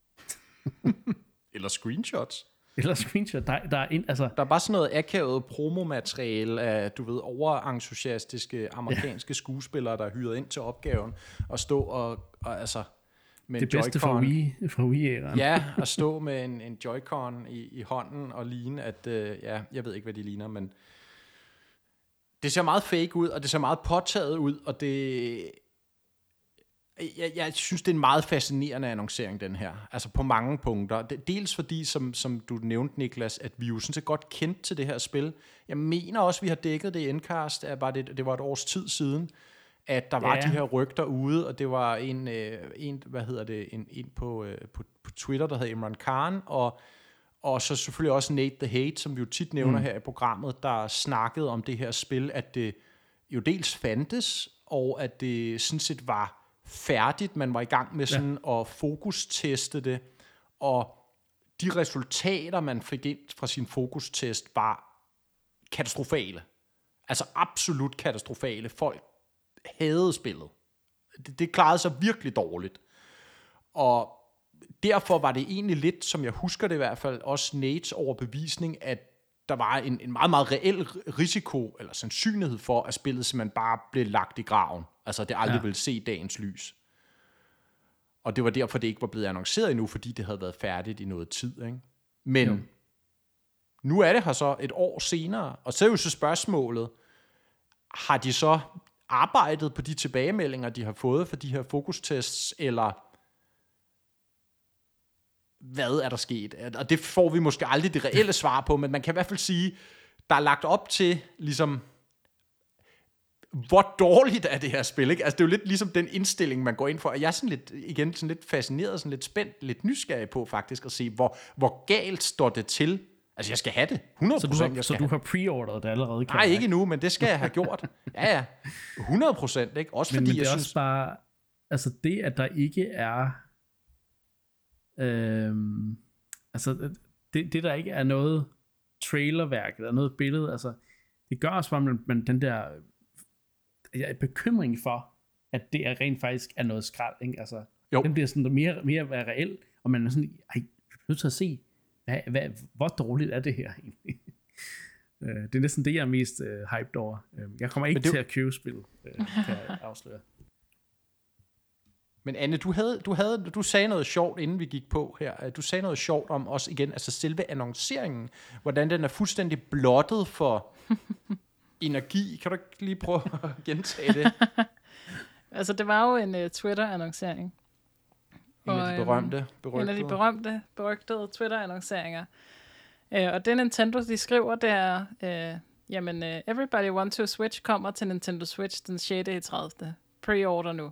Eller screenshots. Eller screenshot. Der er bare sådan noget akavet promomateriale af, du ved, overentusiastiske amerikanske skuespillere, der er hyret ind til opgaven, og stå og altså med det en bedste Joy-Con. fra Wii-æraen. Ja, at stå med en Joy-Con i hånden og ligne, at jeg ved ikke, hvad de ligner, men det ser meget fake ud, og det ser meget påtaget ud, og det... Jeg synes, det er en meget fascinerende annoncering, den her. Altså på mange punkter. Dels fordi, som du nævnte, Niklas, at vi jo sådan set godt kendte til det her spil. Jeg mener også, vi har dækket det i Endcast, at det var et års tid siden, at der var de her rygter ude, og det var en på Twitter, der hed Imran Khan, og så selvfølgelig også Nate the Hate, som vi jo tit nævner her i programmet, der snakkede om det her spil, at det jo dels fandtes, og at det sådan set var færdigt, man var i gang med sådan at fokusteste det, og de resultater, man fik ind fra sin fokustest, var katastrofale. Altså absolut katastrofale. Folk hadede spillet. Det klarede sig virkelig dårligt. Og derfor var det egentlig lidt, som jeg husker det i hvert fald, også Nates overbevisning, at der var en meget, meget reel risiko, eller sandsynlighed for, at spillet simpelthen bare blev lagt i graven. Altså, det aldrig ville se dagens lys. Og det var derfor, det ikke var blevet annonceret endnu, fordi det havde været færdigt i noget tid, ikke? Men nu er det her så et år senere, og så er jo så spørgsmålet, har de så arbejdet på de tilbagemeldinger, de har fået for de her fokustests, eller hvad er der sket? Og det får vi måske aldrig det reelle svar på, men man kan i hvert fald sige, der er lagt op til, ligesom, hvor dårligt er det her spil, ikke? Altså, det er jo lidt ligesom den indstilling, man går ind for, og jeg er sådan lidt, igen, sådan lidt fascineret, sådan lidt spændt, lidt nysgerrig på faktisk, at se, hvor galt står det til. Altså, jeg skal have det. 100%. Så du har pre-ordret det allerede? Nej, ikke nu, men det skal jeg have gjort. Ja. 100%, ikke? Også fordi, men jeg det er synes... også bare, altså det, at der ikke er... altså det der ikke er noget trailerværk eller noget billede, altså det gør også bare man den der bekymring for, at det er rent faktisk er noget skrald, ikke? Altså den bliver sådan mere reel, og man er sådan, jeg er nødt til at se hvor dårligt er det her egentlig. Det er næsten det, jeg er mest hyped over. Jeg kommer ikke til at købe spillet, kan jeg afsløre. Men Anne, du sagde noget sjovt, inden vi gik på her. Du sagde noget sjovt om også igen, altså selve annonceringen, hvordan den er fuldstændig blottet for energi. Kan du ikke lige prøve at gentage det? Altså, det var jo en Twitter-annoncering. En af de berygtede Twitter-annonceringer. Og det Nintendo, de skriver, det er, Everybody Want to Switch kommer til Nintendo Switch den 6.30. Pre-order nu.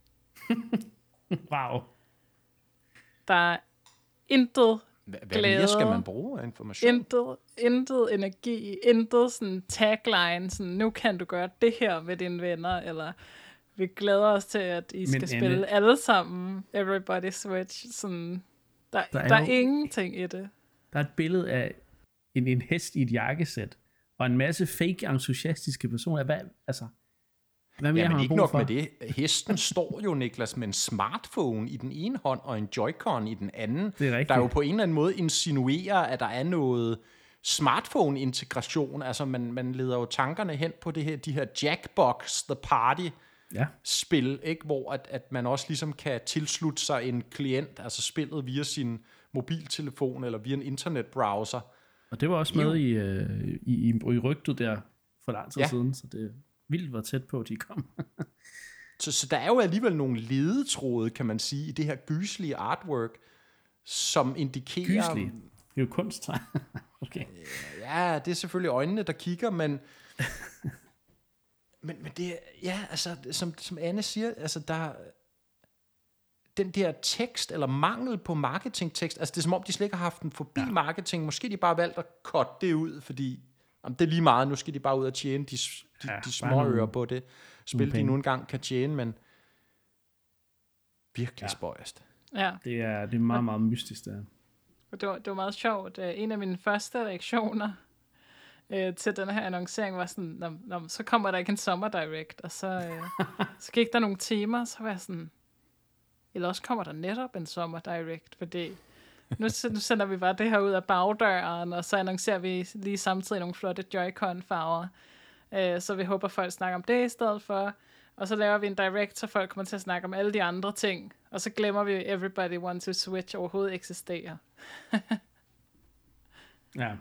Wow. Der er intet glæde. Hvad skal man bruge af information? Intet energi, intet sådan tagline, sådan, nu kan du gøre det her med dine venner, eller vi glæder os til, at I skal spille alle sammen Everybody Switch. Sådan, der er ingenting i det. Der er et billede af en hest i et jakkesæt, og en masse fake entusiastiske personer. Hvad men ikke nok med det. Hesten står jo, Niklas, med en smartphone i den ene hånd, og en Joy-Con i den anden. Der jo på en eller anden måde insinuerer, at der er noget smartphone-integration. Altså, man leder jo tankerne hen på de her Jackbox The Party-spil, ikke? Hvor at man også ligesom kan tilslutte sig en klient, altså spillet via sin mobiltelefon, eller via en internetbrowser. Og det var også med i rygtet der for lang tid siden, så det vildt var tæt på, at de kom. så der er jo alligevel nogle ledetråde, kan man sige, i det her gyslige artwork, som indikerer... Gyslige? Det er jo kunst. Okay. Ja, det er selvfølgelig øjnene, der kigger, men det, altså, som Anne siger, altså, den der tekst, eller mangel på marketingtekst, altså det er som om, de slet ikke har haft den forbi marketing. Måske de bare valgt at cutte det ud, fordi det er lige meget, nu skal de bare ud og tjene de små ører på det. Spil, de nu engang kan tjene, men virkelig spøjst. Ja. Det er meget, meget mystisk, det var meget sjovt. En af mine første reaktioner til den her annoncering var sådan, så kommer der ikke en Summer Direct, og så gik der nogle timer, så var jeg sådan, eller også kommer der netop en Summer Direct, fordi nu sender vi bare det her ud af bagdøren, og så annoncerer vi lige samtidig nogle flotte Joy-Con-farver, så vi håber, folk snakker om det i stedet for, og så laver vi en Direct, så folk kommer til at snakke om alle de andre ting, og så glemmer vi Everybody Wants to Switch overhovedet eksisterer. Ja.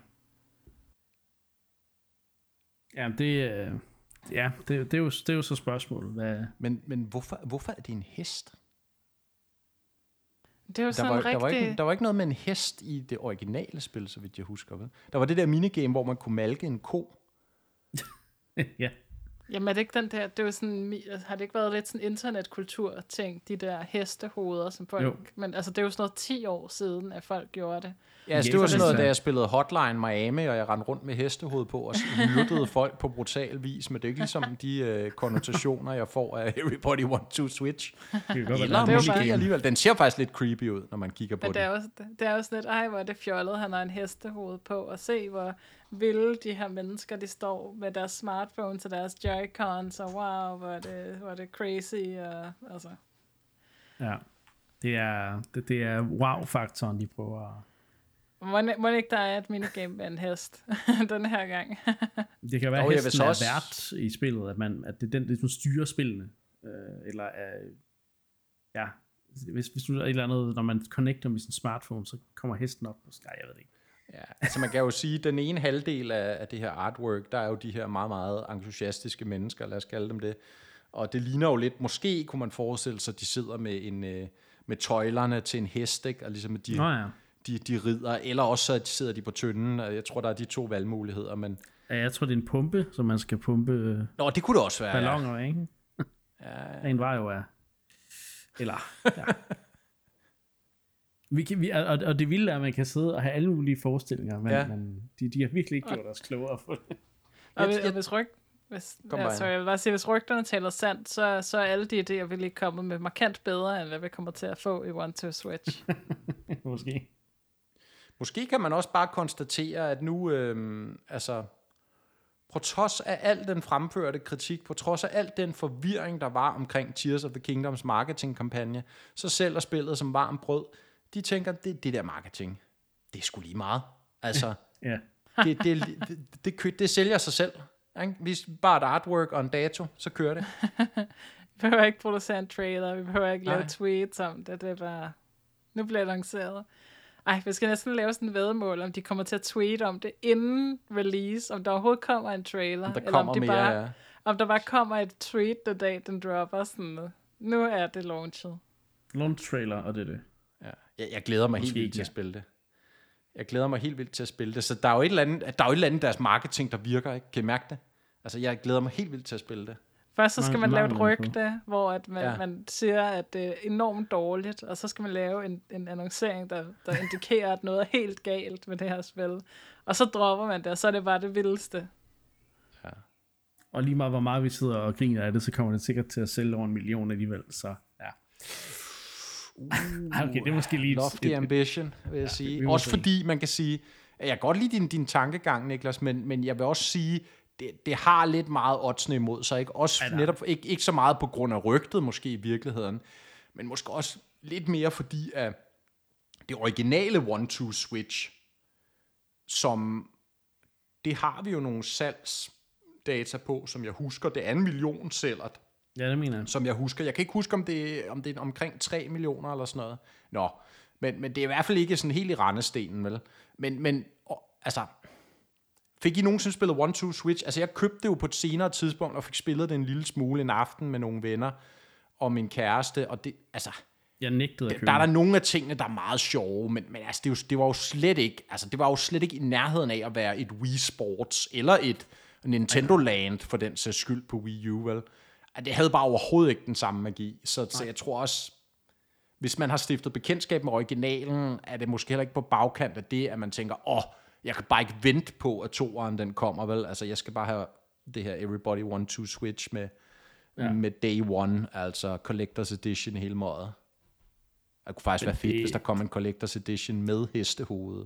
Ja, det er jo så spørgsmålet. Hvad... Men hvorfor er det en hest? Det er jo sådan der var ikke noget med en hest i det originale spil, så vidt jeg husker. Vel? Der var det der minigame, hvor man kunne malke en ko. Ja. Jamen er det ikke den der, det er jo sådan, har det ikke været lidt sådan internetkultur-ting, de der hestehoveder, som folk, jo. Men altså det er jo sådan noget 10 år siden, at folk gjorde det. Ja, altså, det var sådan noget, da jeg spillede Hotline Miami, og jeg rendte rundt med hestehoved på, og myrdede folk på brutal vis, men det er ikke ligesom de konnotationer, jeg får af Everybody Want to Switch. Eller måske alligevel. Den ser faktisk lidt creepy ud, når man kigger på det. Det er jo sådan lidt, hvor er det fjollet, han har en hestehoved på, og se hvor vilde de her mennesker, de står med deres smartphone til deres Joy-Cons, og wow, hvor er det crazy, og altså. Ja, det er wow-faktoren, de prøver at... Må ikke der er et minigame med en hest den her gang? Det kan være, at hesten er vært i spillet, at det er den, som styrer spillene. Eller ja, hvis du er et eller andet, når man connecter med sin smartphone, så kommer hesten op på Sky, jeg ved det ikke. Ja, altså man kan jo sige, at den ene halvdel af det her artwork, der er jo de her meget, meget entusiastiske mennesker, lad os kalde dem det. Og det ligner jo lidt, måske kunne man forestille sig, at de sidder med tøjlerne til en hest, ikke? Og ligesom de rider, eller også så sidder de på tynden. Jeg tror, der er de 2 valgmuligheder, men... Ja, jeg tror, det er en pumpe, så man skal pumpe... Nå, det kunne det også være, balloner, ikke? Ja. En var jo af... Eller... Ja. Og det vilde er, at man kan sidde og have alle mulige forestillinger, men de har virkelig ikke gjort os klogere for det. Jeg vil bare sige, hvis rygterne taler sandt, så er alle de idéer, vi lige kommet med markant bedre, end hvad vi kommer til at få i Want to Switch. Måske kan man også bare konstatere, at nu, på trods af al den fremførte kritik, på trods af al den forvirring, der var omkring Tears of the Kingdoms marketingkampagne, så sælger spillet som varmt brød. De tænker, det der marketing, det er sgu lige meget. Altså, det sælger sig selv. Ikke? Hvis bare et artwork og en dato, så kører det. Vi behøver ikke producere en trailer, vi behøver ikke lave tweets om det, det er bare, nu bliver det lanceret. Vi skal næsten lave sådan en væddemål, om de kommer til at tweete om det inden release, om der overhovedet kommer en trailer, om der bare kommer et tweet, the day den dropper, sådan, nu er det launchet. Launch trailer, og det er det. Ja. Jeg glæder mig helt vildt til at spille det. Så der er jo et eller andet deres marketing, der virker, ikke? Kan I mærke det? Altså, jeg glæder mig helt vildt til at spille det. Først så skal man lave et rygte, hvor at man siger, at det er enormt dårligt, og så skal man lave en annoncering, der indikerer, at noget er helt galt med det her spil. Og så dropper man det, og så er det bare det vildeste. Ja. Og lige meget hvor meget vi sidder og griner af det, så kommer det sikkert til at sælge over 1 million alligevel, så ja. Okay, det er måske lige lofty ambition, vil jeg sige. Også fordi man kan sige, jeg kan godt lide din tankegang, Niklas, men jeg vil også sige, det har lidt meget oddsene imod sig, ikke? Også netop ikke så meget på grund af rygtet måske i virkeligheden, men måske også lidt mere fordi at det originale One-Two-Switch, som det har vi jo nogle salgsdata på, som jeg husker, det er 1 million sælger. Ja, det mener jeg. Som jeg husker. Jeg kan ikke huske, om det er omkring 3 millioner eller sådan noget. Nå, men det er i hvert fald ikke sådan helt i rendestenen, vel? Men altså, fik I nogensinde spillet One-Two-Switch? Altså, jeg købte det jo på et senere tidspunkt, og fik spillet det en lille smule en aften med nogle venner og min kæreste, og det, altså... Jeg nægtede at købe. Der er nogle af tingene, der er meget sjove, men altså, det var jo slet ikke i nærheden af at være et Wii Sports, eller et Nintendo Land, for den sags skyld på Wii U, vel? Det havde bare overhovedet ikke den samme magi, så jeg tror også, hvis man har stiftet bekendtskab med originalen, er det måske heller ikke på bagkant af det, at man tænker, jeg kan bare ikke vente på, at toeren den kommer, vel? Altså, jeg skal bare have det her Everybody Want to Switch med Day One, altså Collector's Edition hele måden. Det kunne faktisk være fedt, hvis der kom en Collector's Edition med hestehoved.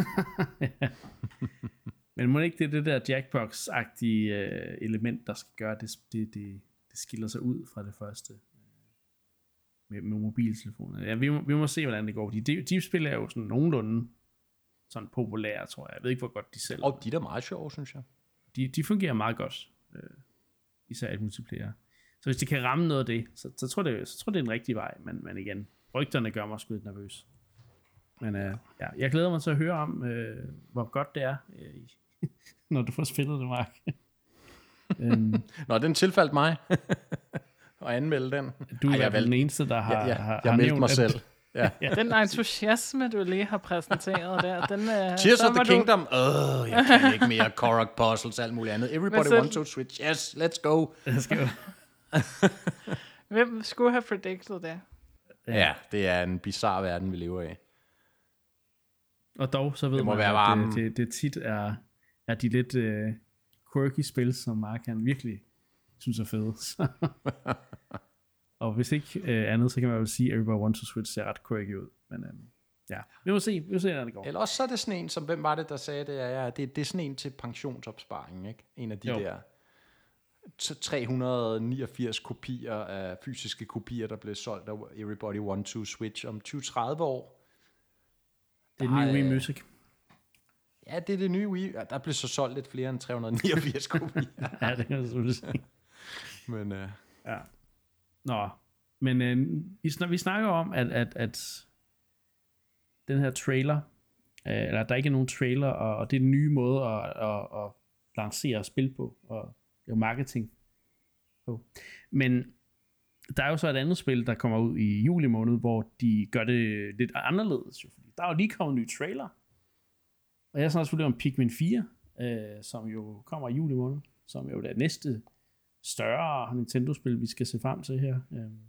Men må ikke det der Jackbox-agtige element, der skal gøre, det skiller sig ud fra det første med mobiltelefoner. Ja, vi må se, hvordan det går. De spil er jo sådan nogenlunde sådan populære, tror jeg. Jeg ved ikke, hvor godt de sælger. Og de er meget sjove, synes jeg. De fungerer meget godt. Især et multiplayer. Så hvis de kan ramme noget af det, så tror jeg, det er en rigtig vej. Men igen, rygterne gør mig sgu lidt nervøs. Men jeg glæder mig til at høre om, hvor godt det er, når du får spillet det, Mark. Nå, den tilfaldt mig. Og anmelde den. Du er den eneste, der har jeg meldte mig selv. Ja. Den entusiasme, du lige har præsenteret der, den Tears of the Kingdom. Jeg kan ikke mere. Korok Puzzles, alt muligt andet. Everybody wants to switch. Yes, let's go. Hvem skulle have predicted det? Ja, det er en bizarre verden, vi lever i. Og dog, så ved man, at det tit er de lidt quirky spil, som Mark han virkelig synes er fede. Og hvis ikke andet, så kan man jo sige, at Everybody Wants to Switch ser ret quirky ud. Men vi må se, hvordan det går. Eller også så er det sådan en, som hvem var det, der sagde det? Det er sådan en til pensionsopsparing, ikke? En af de der 389 kopier af fysiske kopier, der blev solgt af Everybody Want to Switch om 20-30 år. Det er nye Wii Music. Ja, det er det nye Wii. Der blev så solgt lidt flere end 389 kopier. Ja, det kan jeg selvfølgelig sige. Men ja. Nå, men vi snakker om, at den her trailer, eller der ikke er nogen trailer, og det er den nye måde at lancere spil på, og lave marketing på. Men der er jo så et andet spil, der kommer ud i juli måned, hvor de gør det lidt anderledes. Fordi der er jo lige kommet en ny trailer. Og jeg snakker selvfølgelig om Pikmin 4, som jo kommer i juli måned, som jo er det næste større Nintendo-spil, vi skal se frem til her.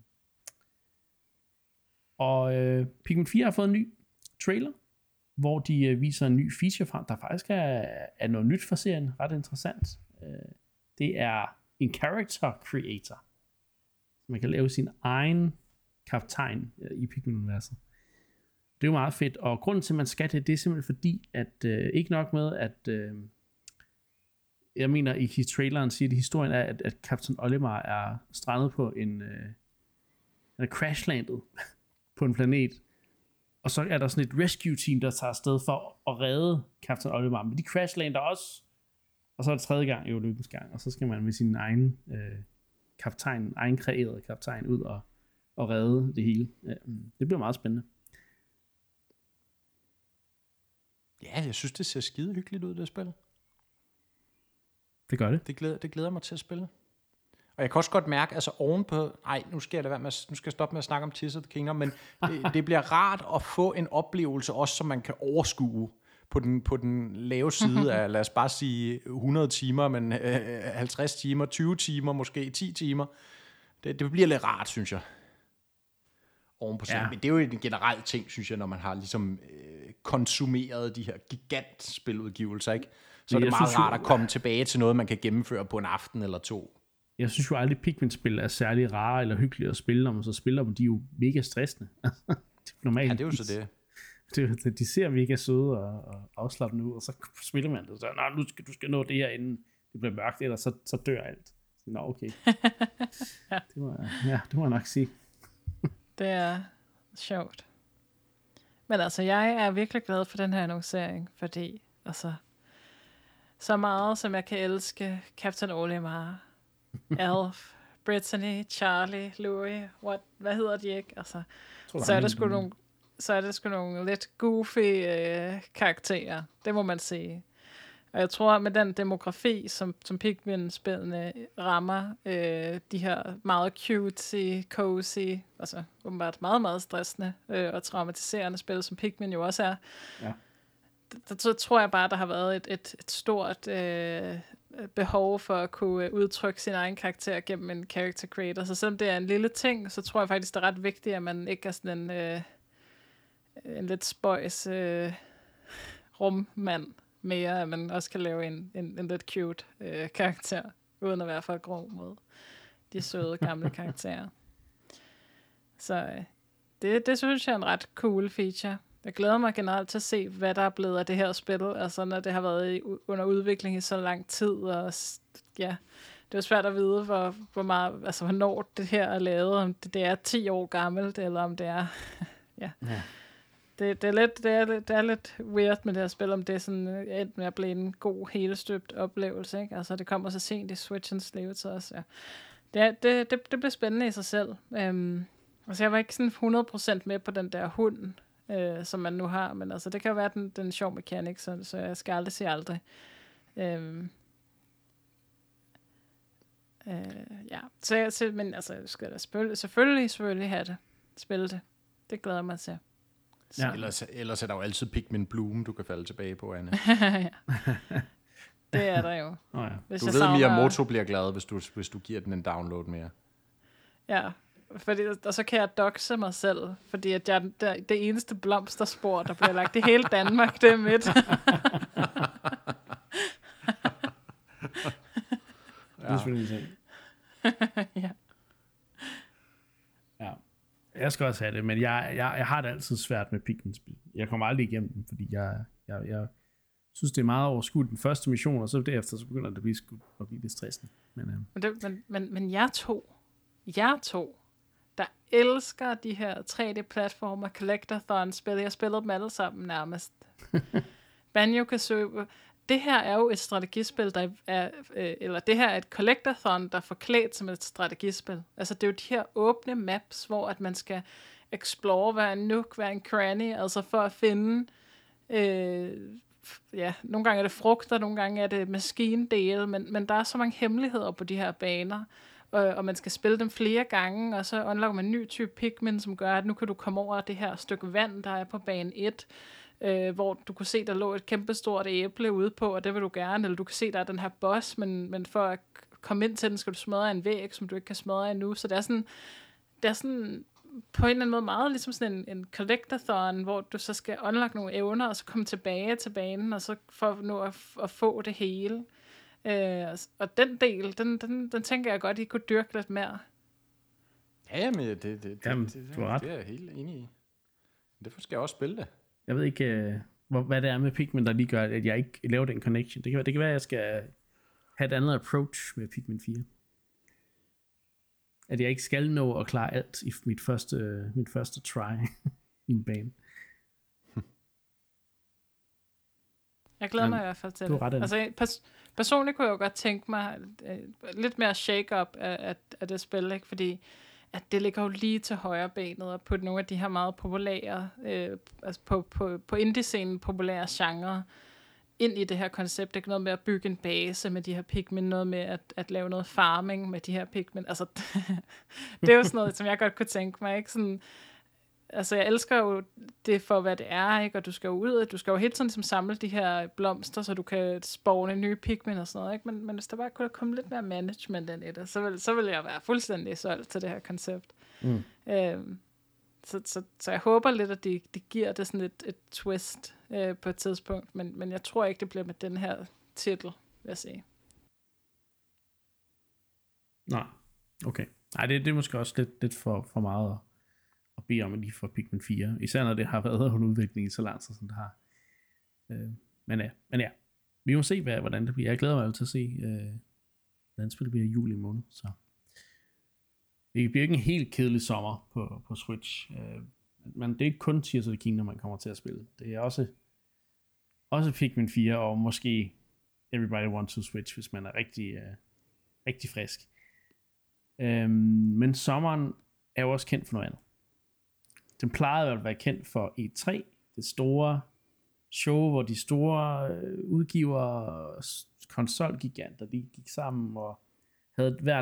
Og Pikmin 4 har fået en ny trailer, hvor de viser en ny feature frem, der faktisk er noget nyt for serien, ret interessant. Det er en character creator. Man kan lave sin egen kaptajn i Pikmin-universet. Det er jo meget fedt, og grunden til, at man skal det er simpelthen fordi, at ikke nok med, at jeg mener i traileren siger, at historien er, at Captain Olimar er strandet på han er crashlandet på en planet, og så er der sådan et rescue team, der tager afsted for at redde Captain Olimar, men de crashlander også, og så er det tredje gang, jo lykkens gang, og så skal man med sin egen kaptajn, egen kreerede kaptajn ud og redde det hele. Det bliver meget spændende. Ja, jeg synes, det ser skide hyggeligt ud, det spil. Det gør det. Det glæder mig til at spille. Og jeg kan også godt mærke, altså ovenpå, nu skal jeg stoppe med at snakke om Tears of the Kingdom, men det bliver rart at få en oplevelse, også som man kan overskue på den lave side af, lad os bare sige 100 timer, men 50 timer, 20 timer, måske 10 timer. Det bliver lidt rart, synes jeg. Ovenpå sådan. Men det er jo en generel ting, synes jeg, når man har ligesom konsumeret de her gigantspiludgivelser, ikke? Så er det meget rart at komme tilbage til noget, man kan gennemføre på en aften eller to. Jeg synes jo aldrig, Pikmin-spil er særlig rare eller hyggelige at spille, når man så spiller dem. De er jo mega stressende. Normalt. Ja, det er jo så det. De ser mega søde og afslappende ud, og så spiller man det. Så, du skal nå det her, inden det bliver mørkt, ellers så dør alt. Nå, okay. Det må jeg nok sige. Det er sjovt. Men altså, jeg er virkelig glad for den her annoncering, fordi altså, så meget som jeg kan elske Captain Olimar, Elf, Brittany, Charlie, Louie, hvad hedder de ikke? Altså, så er det sgu nogle lidt goofy karakterer. Det må man sige. Og jeg tror, at med den demografi, som Pikmin-spillene rammer, de her meget cutesy, cozy, altså åbenbart meget, meget stressende og traumatiserende spil, som Pikmin jo også er, der tror jeg bare, der har været et stort behov for at kunne udtrykke sin egen karakter gennem en character creator. Så selvom det er en lille ting, så tror jeg faktisk, det er ret vigtigt, at man ikke er sådan en lidt spøjs rummand mere, at man også kan lave en lidt cute karakter, uden at være for grov mod de søde gamle karakterer. Så det synes jeg er en ret cool feature. Jeg glæder mig generelt til at se, hvad der er blevet af det her spil, altså når det har været under udvikling i så lang tid, og ja, det er jo svært at vide, hvor meget, altså hvornår det her er lavet, om det er 10 år gammelt, eller om det er, ja. Det er lidt weird med det her spil, om det er sådan endt med at blive en god, helstøbt oplevelse, ikke? Altså det kommer så sent i Switchens levetid også, ja. Det bliver spændende i sig selv. Altså jeg var ikke sådan 100% med på den der hund, som man nu har, men altså det kan jo være den sjov mekanik, så jeg skal aldrig sige aldrig. Ja, men altså jeg skal da selvfølgelig have det. Spille det. Det glæder jeg mig til. Ja. Ellers er der jo altid Pikmin Bloom, du kan falde tilbage på, Anne. Ja. Det er der jo. Ja. Du ved, Miyamoto bliver glad, hvis du giver den en download mere. Ja, og så kan jeg doxe mig selv, fordi at jeg det eneste blomsterspor, der bliver lagt i hele Danmark, det er mit. Det er selvfølgelig en ting. Ja. Ja. Jeg skal også have det, men jeg har det altid svært med Pikmin-spil. Jeg kommer aldrig igennem dem, fordi jeg synes, det er meget overskudt den første mission, og så derefter så begynder det at blive lidt stressende. Men jeg to, der elsker de her 3D-platformer, Collectathon-spil. Jeg spillede dem alle sammen nærmest. Banjo-Kazooie. Det her er jo et strategispil, der er, eller det her er et Collectathon, der er forklædt som et strategispil. Altså det er jo de her åbne maps, hvor at man skal explore hver en nook, hver en cranny, altså for at finde, nogle gange er det frugter, nogle gange er det maskindele, men der er så mange hemmeligheder på de her baner, og man skal spille dem flere gange, og så unlocker man en ny type Pikmin, som gør, at nu kan du komme over det her stykke vand, der er på bane 1, hvor du kunne se, der lå et kæmpestort æble ude på, og det vil du gerne, eller du kan se, der er den her boss, men for at komme ind til den, skal du smadre en væg, som du ikke kan smadre endnu, så det er sådan på en eller anden måde meget ligesom sådan en collectathon, hvor du så skal unlock nogle evner, og så komme tilbage til banen, og så for nu at få det hele. Og den del, den tænker jeg godt, I kunne dyrke lidt mere. Ja, men det du har ret. Det er jeg helt enig i. Derfor skal jeg også spille det. Jeg ved ikke, hvad det er med Pikmin, der lige gør, at jeg ikke laver den connection. Det kan være, at jeg skal have et andet approach med Pikmin 4. At jeg ikke skal nå at klare alt i mit første try i en bane. Jeg glæder mig i hvert fald til det. Altså, personligt kunne jeg jo godt tænke mig lidt mere shake-up af det spil, ikke? Fordi at det ligger jo lige til højre benet og på nogle af de her meget populære, altså på indie-scenen populære genre, ind i det her koncept. Ikke noget med at bygge en base med de her Pikmin, noget med at lave noget farming med de her Pikmin. Altså, det er jo sådan noget, som jeg godt kunne tænke mig, ikke? Sådan, altså, jeg elsker jo det for, hvad det er, ikke? Og du skal jo hele tiden ligesom samle de her blomster, så du kan spawne nye Pikmin og sådan noget, ikke? Men hvis der bare kunne komme lidt mere management ind i det, så vil jeg være fuldstændig solgt til det her koncept. Så jeg håber lidt, at de giver det sådan et twist på et tidspunkt, men jeg tror ikke, det bliver med den her titel, vil jeg sige. Nej, okay. Nej, det er måske også lidt for meget at bede om, at de får Pikmin 4. Især når det har været under udvikling i så lang tid, som det har. Men ja, vi må se, hvordan det bliver. Jeg glæder mig altid til at se, hvordan spillet bliver i juli måned. Så det bliver ikke en helt kedelig sommer på Switch. Men det er ikke kun Tears of the Kingdom, man kommer til at spille. Det er også Pikmin 4, og måske Everybody Wants to Switch, hvis man er rigtig frisk. Men sommeren er jo også kendt for noget andet. Den plejede at være kendt for E3, det store show, hvor de store udgivere, konsolgiganter, de gik sammen og havde hver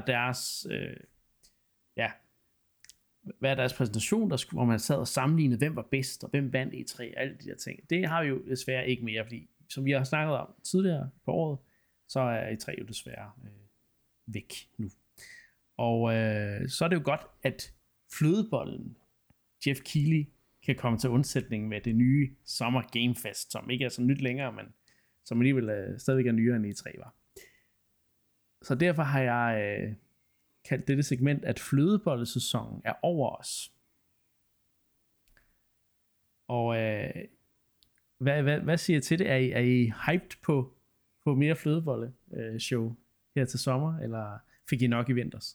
deres præsentation, hvor man sad og sammenlignede, hvem var bedst, og hvem vandt E3, alle de der ting. Det har vi jo desværre ikke mere, fordi som vi har snakket om tidligere på året, så er E3 jo desværre væk nu. Og så er det jo godt, at flødebollen Jeff Keighley kan komme til undsætning med det nye Summer Game Fest, som ikke er så nyt længere, men som alligevel stadigvæk er nyere end E3 var. Så derfor har jeg kaldt dette segment, at flødebollesæsonen er over os. Og hvad siger I til det? Er I hyped på mere flødebolle show her til sommer, eller fik I nok i vinters?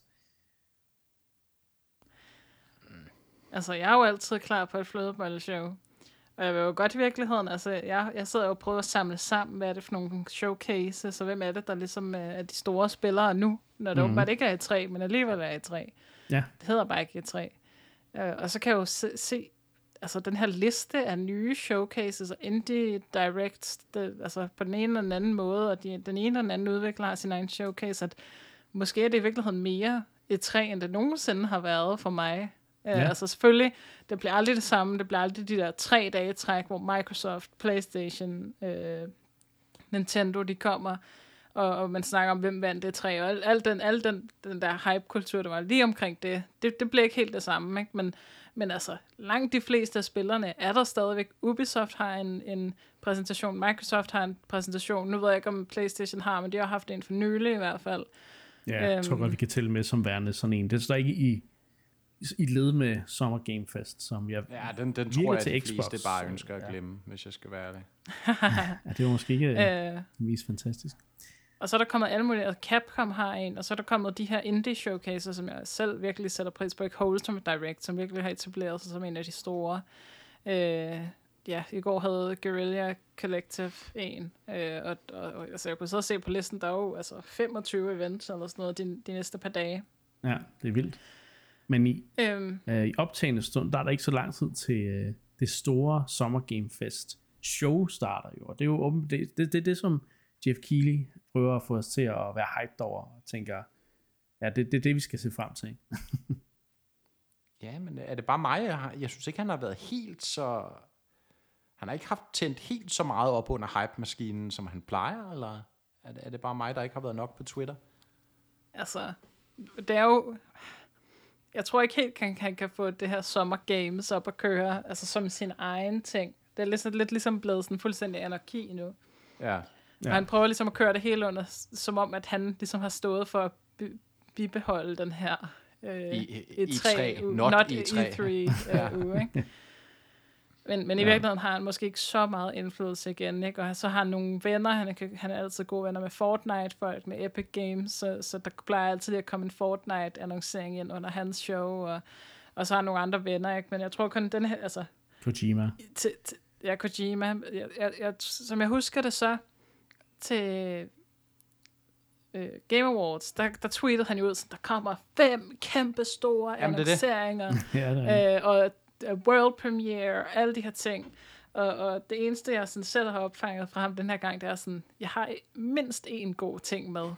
Altså, jeg er jo altid klar på et flødebolleshow. Og jeg vil jo godt i virkeligheden, altså, jeg sidder jo og prøver at samle sammen, hvad er det for nogle showcases, så hvem er det, der ligesom er de store spillere nu, når det åbenbart ikke er E3, men alligevel er E3. Ja. Det hedder bare ikke E3. Og så kan jeg jo se altså den her liste af nye showcases og indie directs, altså på den ene eller den anden måde, og den ene eller den anden udvikler har sin egen showcase, at måske er det i virkeligheden mere E3, end det nogensinde har været for mig. Altså selvfølgelig, det bliver aldrig det samme, det bliver aldrig de der 3 dage træk, hvor Microsoft, PlayStation, Nintendo, de kommer, og man snakker om, hvem vandt det 3, og al den der hype-kultur, der var lige omkring det bliver ikke helt det samme, ikke? Men altså, langt de fleste af spillerne er der stadigvæk. Ubisoft har en præsentation, Microsoft har en præsentation, nu ved jeg ikke, om PlayStation har, men de har haft en for nylig i hvert fald. Ja, jeg tror godt, vi kan tælle med som værende sådan en. Det står ikke i led med Summer Game Fest, som jeg den tror jeg, de fleste bare ønsker at glemme, hvis jeg skal være det. Ja, det var måske ikke mest fantastisk. Og så er der kommet alle mulige, altså Capcom har en, og så er der kommet de her indie showcases, som jeg selv virkelig sætter pris på, ikke Wholesome Direct, som virkelig har etableret sig som en af de store. I går havde Guerrilla Collective en, og altså jeg kunne så se på listen, der er jo altså 25 events eller sådan noget de næste par dage. Ja, det er vildt. Men i optagende stund, der er der ikke så lang tid til det store Summer Game Fest show starter jo, og det er jo det som Jeff Keighley prøver at få os til at være hyped over, og tænker, ja, det er det, vi skal se frem til. Ja, men er det bare mig? Jeg synes ikke, han har været helt så... Han har ikke haft tændt helt så meget op under hype-maskinen, som han plejer, eller er det bare mig, der ikke har været nok på Twitter? Altså, det er jo... Jeg tror ikke helt, han kan få det her Summer Games op at køre, altså som sin egen ting. Det er lidt ligesom blevet sådan fuldstændig anarki nu. Ja. Og han prøver ligesom at køre det hele under, som om, at han ligesom har stået for at bibeholde den her E3, not E3 uge, ikke? Men i virkeligheden har han måske ikke så meget indflydelse igen, ikke? Og så har han nogle venner, han er altid gode venner med Fortnite-folk, med Epic Games, så der plejer altid at komme en Fortnite-annoncering ind under hans show, og så har han nogle andre venner, ikke? Men jeg tror kun den her, altså... Kojima. Kojima. Som jeg husker det så, til Game Awards, der tweetede han jo ud, så der kommer 5 kæmpe store annonceringer, og world premiere, alle de her ting. Og det eneste, jeg sådan selv har opfanget fra ham den her gang, det er sådan, jeg har mindst en god ting med.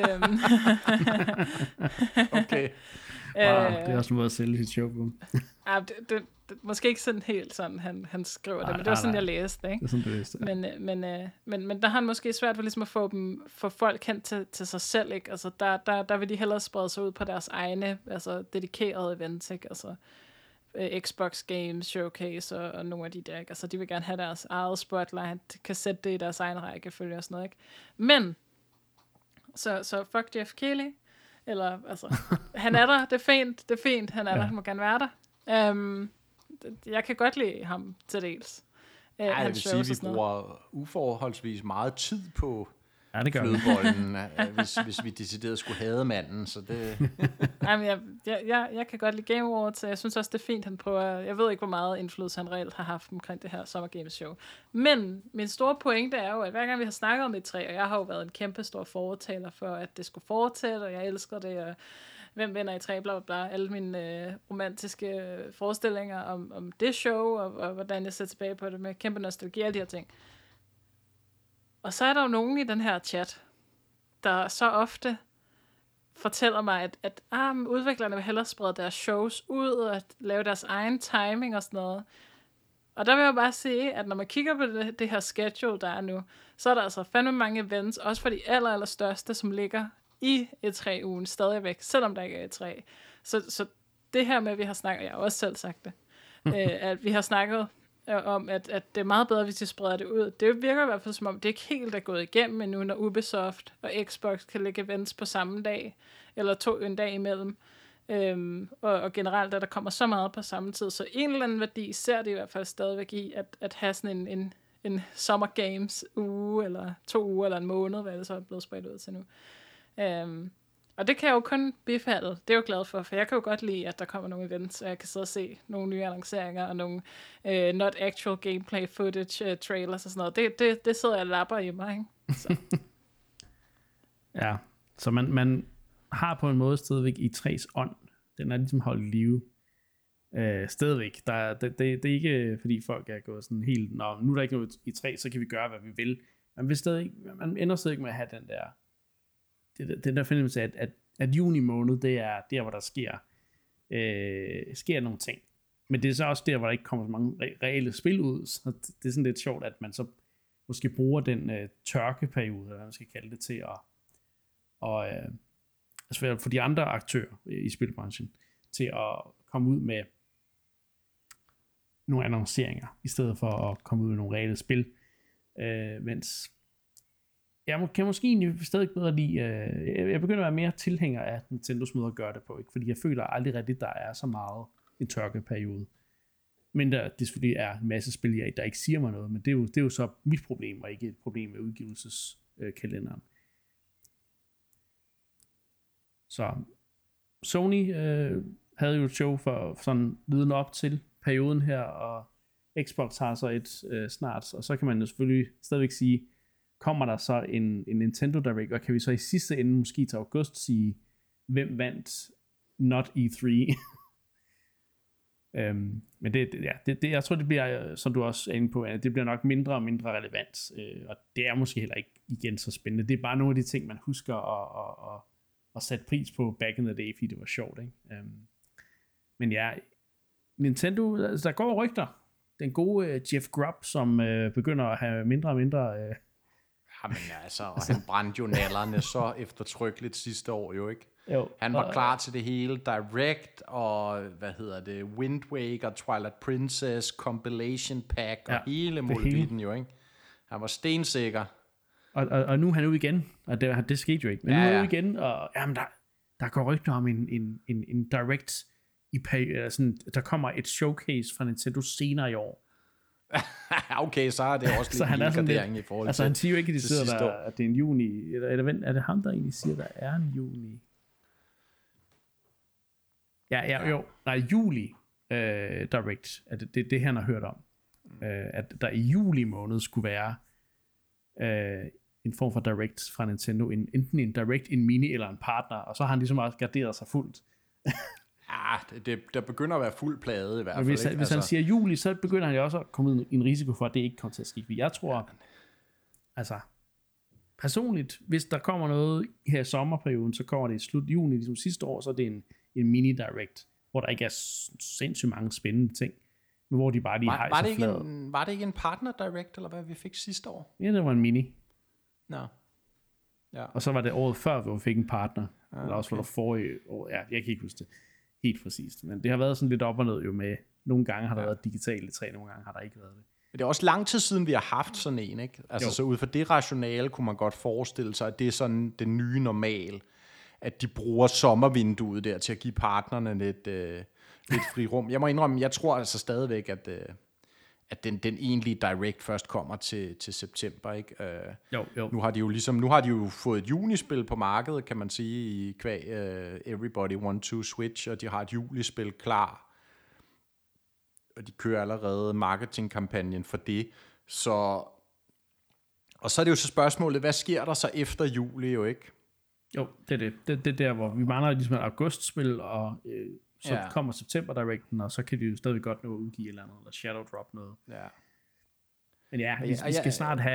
Okay. Det er også en måde at sælge sit show på. det måske ikke sådan helt sådan, han skriver det, men det var sådan, jeg læste, ikke? Det er sådan, du læste, ja. Men der har han måske svært ved ligesom at få folk kendt til sig selv, ikke? Altså, der vil de hellere sprede sig ud på deres egne, altså dedikerede events, ikke? Altså, Xbox Games Showcase og nogle af de der, ikke? Altså, de vil gerne have deres eget spotlight, kan sætte det i deres egen rækkefølge og sådan noget, ikke? Men, så fuck Jeff Keighley, eller, altså, han er der, det er fint, han er der, han må gerne være der. Jeg kan godt lide ham til dels. Jeg vil sige, at vi bruger uforholdsvis meget tid på flødebollen, hvis vi decideret skulle hade manden, så det... Jamen, jeg kan godt lide Game Awards, så jeg synes også, det er fint, han prøver... Jeg ved ikke, hvor meget indflydelse han reelt har haft omkring det her Summer Games Show. Men min store pointe er jo, at hver gang vi har snakket om E3, og jeg har jo været en kæmpe stor fortaler for, at det skulle fortsætte, og jeg elsker det, og hvem vinder i 3, bla bla bla, alle mine romantiske forestillinger om det show, og hvordan jeg ser tilbage på det med kæmpe nostalgi, alle de her ting. Og så er der jo nogen i den her chat, der så ofte fortæller mig, at udviklerne vil hellere sprede deres shows ud, og at lave deres egen timing og sådan noget. Og der vil jeg bare sige, at når man kigger på det her schedule, der er nu, så er der altså fandme mange events, også for de allerstørste, som ligger i E3-ugen stadigvæk, selvom der ikke er E3. Så det her med, at vi har snakket, jeg har også selv sagt det, at vi har snakket om, at det er meget bedre, hvis de spreder det ud. Det virker i hvert fald som om, det ikke helt er gået igennem endnu, når Ubisoft og Xbox kan lægge events på samme dag, eller en dag imellem. Og generelt, at der kommer så meget på samme tid. Så en eller anden værdi ser det i hvert fald stadigvæk i, at have sådan en Summer Games uge, eller 2 uger, eller en måned, hvad det så er blevet spredt ud til nu. Og det kan jeg jo kun bifalde. Det er jeg jo glad for jeg kan jo godt lide, at der kommer nogle events, og jeg kan sidde og se nogle nye annonceringer, og nogle not actual gameplay footage trailers og sådan noget. Det sidder jeg og lapper i mig, ikke? Så. Ja, så man har på en måde stadigvæk E3's ånd. Den er ligesom holdt i live. Stadigvæk. Det er ikke, fordi folk er gået sådan helt, nu er der ikke noget E3, så kan vi gøre, hvad vi vil. Man ender stadig med at have den der fornemmelse af, at juni måned, det er der, hvor der sker nogle ting. Men det er så også der, hvor der ikke kommer så mange reelle spil ud, så det er sådan lidt sjovt, at man så måske bruger den tørkeperiode, eller hvad man skal kalde det, til altså for de andre aktører i spilbranchen, til at komme ud med nogle annonceringer, i stedet for at komme ud med nogle reelle spil, mens jeg kan måske egentlig stadig bedre lide, jeg begynder at være mere tilhænger af Nintendos måde at gøre det på, ikke? Fordi jeg føler aldrig rigtigt, der er så meget en tørkeperiode. Men det selvfølgelig er en masse spil, der ikke siger mig noget, men det er jo så mit problem, og ikke et problem med udgivelseskalenderen. Så Sony havde jo et show for sådan viden op til perioden her, og Xbox har så et snart, og så kan man jo selvfølgelig stadigvæk sige, kommer der så en Nintendo Direct, og kan vi så i sidste ende måske til august sige, hvem vandt not E3? Men jeg tror, det bliver, som du også er inde på, at det bliver nok mindre og mindre relevant, og det er måske heller ikke igen så spændende. Det er bare nogle af de ting, man husker at sætte pris på back in the day, fordi det var sjovt, ikke? Men ja, Nintendo, altså, der går rygter. Den gode Jeff Grubb, som begynder at have mindre og mindre... Jamen altså, og han brændte jo nallerne så eftertrykkeligt sidste år jo, ikke? Jo, han var klar til det hele, Direct og, Wind Waker, Twilight Princess, Compilation Pack og hele muligheden jo, ikke? Han var stensikker. Og nu er han ude igen, og det skete jo ikke, men nu er han ude igen, og jamen, der går rygter om en Direct, sådan, der kommer et showcase fra Nintendo senere i år. Okay, så er det også lidt en gradering i forhold til. Altså han siger jo ikke, at de sidder der, at det er en juni, eller er det ham, der egentlig siger, der er en juni? Juli Direct, at det han har hørt om, at der i juli måned skulle være en form for Direct fra Nintendo, enten en Direct, en mini eller en partner, og så har han ligesom også garderet sig fuldt. Der begynder at være fuld plade i hvert fald. Hvis han siger juli, så begynder han jo også at komme ud i en risiko for, at det ikke kommer til at ske. Jeg tror, altså personligt, hvis der kommer noget her i sommerperioden, så kommer det i slut juni, ligesom sidste år, så er det en mini-direct, hvor der ikke er sindssygt mange spændende ting, men hvor de bare lige hejser fladet. Var det ikke en partner direct, eller hvad vi fik sidste år? Ja, det var en mini. Nå. Ja. Og så var det året før, hvor vi fik en partner. Eller også var der forrige år. Ja, jeg kan ikke huske det helt præcist. Men det har været sådan lidt op og ned jo med, nogle gange har der været digitale træ, nogle gange har der ikke været det. Men det er også lang tid siden, vi har haft sådan en, ikke? Altså, så ud fra det rationale kunne man godt forestille sig, at det er sådan den nye normal, at de bruger sommervinduet der til at give partnerne lidt fri rum. Jeg må indrømme, jeg tror altså stadigvæk, at den egentlige direct først kommer til september, ikke? Jo. Nu har de jo fået et junispil på markedet, kan man sige, i kvæg Everybody Want to Switch, og de har et julispil klar. Og de kører allerede marketingkampagnen for det. Og så er det jo så spørgsmålet, hvad sker der så efter juli, jo ikke? Jo, det er det. Det er der, hvor vi mangler ligesom et augustspil, og så kommer september directen, og så kan de jo stadig godt nå at udgive et eller andet, eller shadow drop noget. Ja. Men ja, vi skal snart have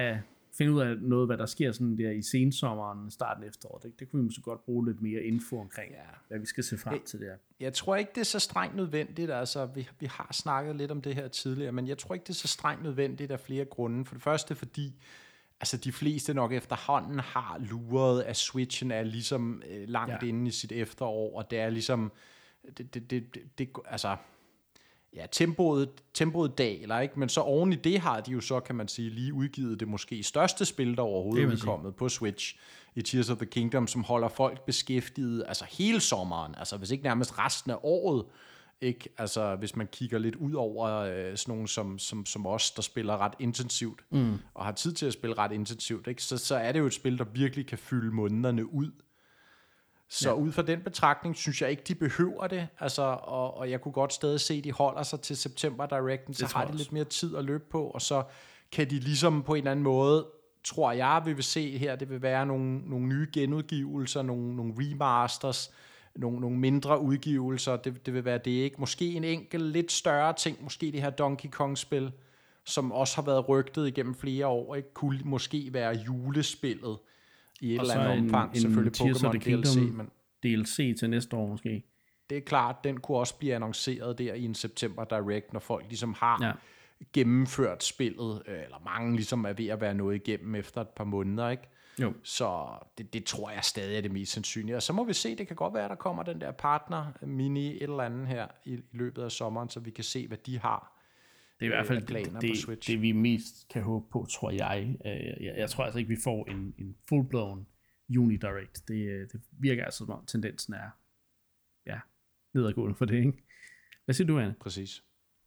finde ud af noget, hvad der sker sådan der i sensommeren, starten efteråret. Det kunne vi måske godt bruge lidt mere info omkring, hvad vi skal se frem til der. Jeg tror ikke, det er så strengt nødvendigt. Altså, vi har snakket lidt om det her tidligere, men jeg tror ikke, det er så strengt nødvendigt af flere grunde. For det første, fordi altså, de fleste nok efterhånden har luret, at Switchen er ligesom langt inde i sit efterår, og det er ligesom altså ja, tempoet daler, ikke? Men så oven i det har de jo så, kan man sige, lige udgivet det måske største spil, der overhovedet er udkommet på Switch i Tears of the Kingdom, som holder folk beskæftiget, altså hele sommeren, altså hvis ikke nærmest resten af året, ikke? Altså hvis man kigger lidt ud over sådan nogle som os, der spiller ret intensivt, og har tid til at spille ret intensivt, ikke? Så er det jo et spil, der virkelig kan fylde månederne ud. Så ud fra den betragtning, synes jeg ikke, de behøver det. Altså, og jeg kunne godt stadig se, at de holder sig til September Directen, så har de lidt mere tid at løbe på, og så kan de ligesom på en eller anden måde, tror jeg, vi vil se her, det vil være nogle nye genudgivelser, nogle remasters, nogle mindre udgivelser, det vil være det, ikke? Måske en enkelt, lidt større ting, måske det her Donkey Kong-spil, som også har været rygtet igennem flere år, ikke? Kunne måske være julespillet, i et eller andet omfang, selvfølgelig Pokémon DLC, men DLC til næste år måske. Det er klart, den kunne også blive annonceret der i en September Direct, når folk ligesom har gennemført spillet, eller mange ligesom er ved at være nået igennem efter et par måneder, ikke? Jo. Så det tror jeg stadig er det mest sandsynlige. Og så må vi se, det kan godt være, at der kommer den der partner mini et eller andet her i løbet af sommeren, så vi kan se, hvad de har. Det er i hvert fald det vi mest kan håbe på, tror jeg. Jeg tror altså ikke, vi får en full-blown Uni Direct. Det virker altså, som om tendensen er nedadgående for det, ikke? Hvad siger du, Anne? Præcis.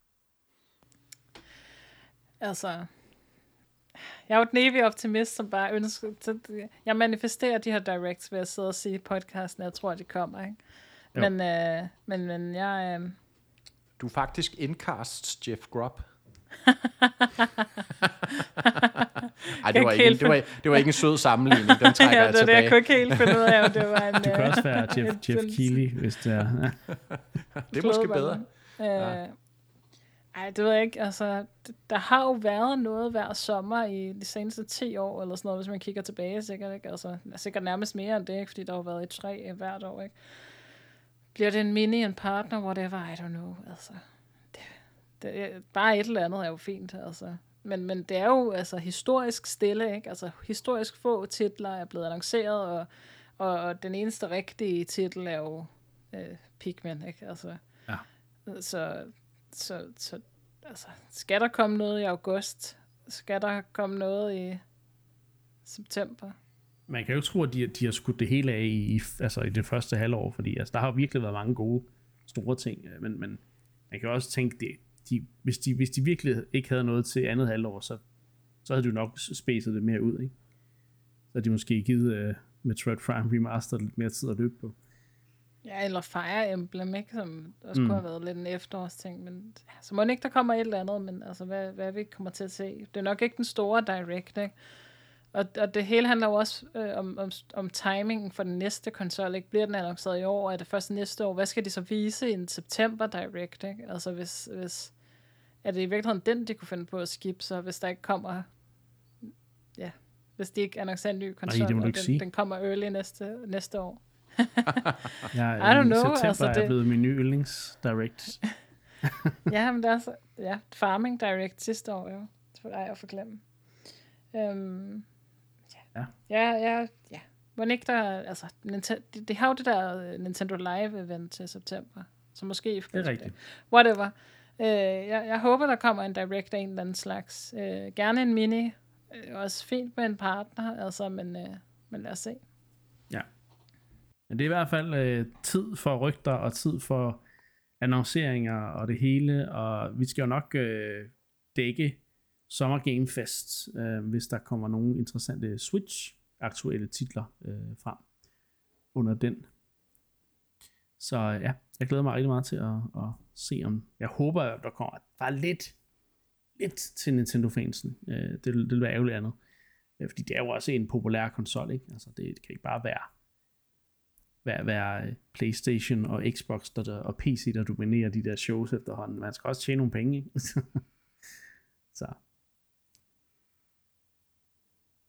Altså, jeg er jo et evig optimist, som bare ønsker... Jeg manifesterer de her directs ved at sidde og sige i podcasten, jeg tror, de kommer, ikke? Men jeg... Du er faktisk indcasts Jeff Grubb. Ej, det var ikke en sød sammenligning. Den trækker jeg tilbage. Jeg kunne ikke helt finde ud af, det var en... Du kan også være Jeff Keighley, hvis det er... Det er måske bedre. Ej, det ved jeg ikke. Altså, der har jo været noget hver sommer i de seneste 10 år, eller sådan noget, hvis man kigger tilbage, sikkert, ikke? Altså, sikkert nærmest mere end det, ikke? Fordi der har jo været et 3 hvert år, ikke? Bliver det en mini, en partner, whatever, I don't know, altså. Bare et eller andet er jo fint, altså. Men det er jo altså historisk stille, ikke? Altså historisk få titler er blevet annonceret, og den eneste rigtige titel er jo Pikmin, ikke? Altså, så altså, skal der komme noget i august? Skal der komme noget i september? Man kan jo tro, at de har skudt det hele af i det første halvår, fordi altså, der har virkelig været mange gode, store ting, men man kan også tænke, hvis de virkelig ikke havde noget til andet halvår, så havde de jo nok spacet det mere ud, ikke? Så havde de måske givet Metroid Prime Remastered lidt mere tid at løbe på. Ja, eller Fire Emblem, ikke? Som også kunne have været lidt en efterårsting, men så må ikke der kommer et eller andet, men altså, hvad vi kommer til at se. Det er nok ikke den store direct, ikke? Og det hele handler jo også om timingen for den næste konsol, ikke? Bliver den annonceret i år, er det først næste år? Hvad skal de så vise i en September Direct, ikke? Altså hvis er det i virkeligheden den, de kunne finde på at skip, så hvis der ikke kommer, hvis de ikke annoncerer en ny konsol, og den kommer early næste år. I don't know. September altså, er blevet min nye yndlings Direct. Ja, men det er så, Farming Direct sidste år, jo. Det er jeg for glemme. Ja. Må ikke der, altså, det har jo det der Nintendo Live event til september, så måske... Det er rigtigt. Whatever. Jeg håber, der kommer en direct af en eller anden slags. Gerne en mini. Også fint med en partner, altså, men lad os se. Ja. Men det er i hvert fald tid for rygter og tid for annonceringer og det hele, og vi skal jo nok dække Summer Game Fest, hvis der kommer nogle interessante Switch-aktuelle titler frem under den. Så ja, jeg glæder mig rigtig meget til at se om... Jeg håber, at der kommer bare lidt til Nintendo-fansen. Det vil være ærgerligt andet. Fordi det er jo også en populær konsol, ikke? Altså, det kan ikke bare være PlayStation og Xbox og PC, der dominerer de der shows efterhånden. Man skal også tjene nogle penge, ikke? Så...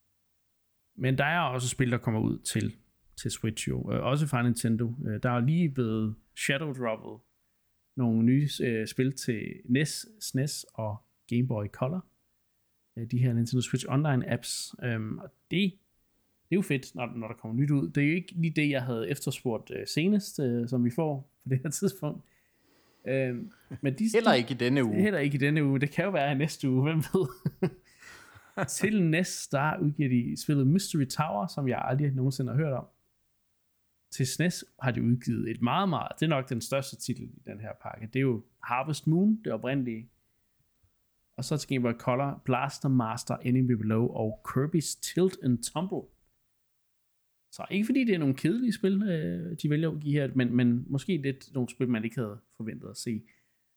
Men der er også spil, der kommer ud til Switch jo. Også fra Nintendo. Der er lige blevet shadow-droppet nogle nye spil til NES, SNES og Game Boy Color. De her Nintendo Switch Online apps. Og det er jo fedt, når der kommer nyt ud. Det er jo ikke lige det, jeg havde efterspurgt senest, som vi får på det her tidspunkt. Men heller ikke i denne uge. Heller ikke i denne uge. Det kan jo være i næste uge, hvem ved. Til NES, der udgiver de spillet Mystery Tower, som jeg aldrig nogensinde har hørt om. Til SNES har de udgivet et meget, det er nok den største titel i den her pakke. Det er jo Harvest Moon, det oprindelige. Og så til Game Boy Color, Blaster Master, Enemy Below og Kirby's Tilt and Tumble. Så ikke fordi det er nogle kedelige spil, de vælger at give her, men måske lidt nogle spil, man ikke havde forventet at se.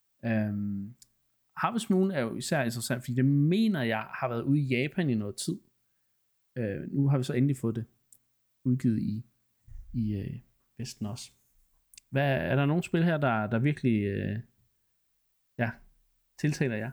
Harvest Moon er jo især interessant, fordi det mener jeg har været ude i Japan i noget tid. Nu har vi så endelig fået det udgivet i Vesten også. Er der nogle spil her, der virkelig tiltaler jer?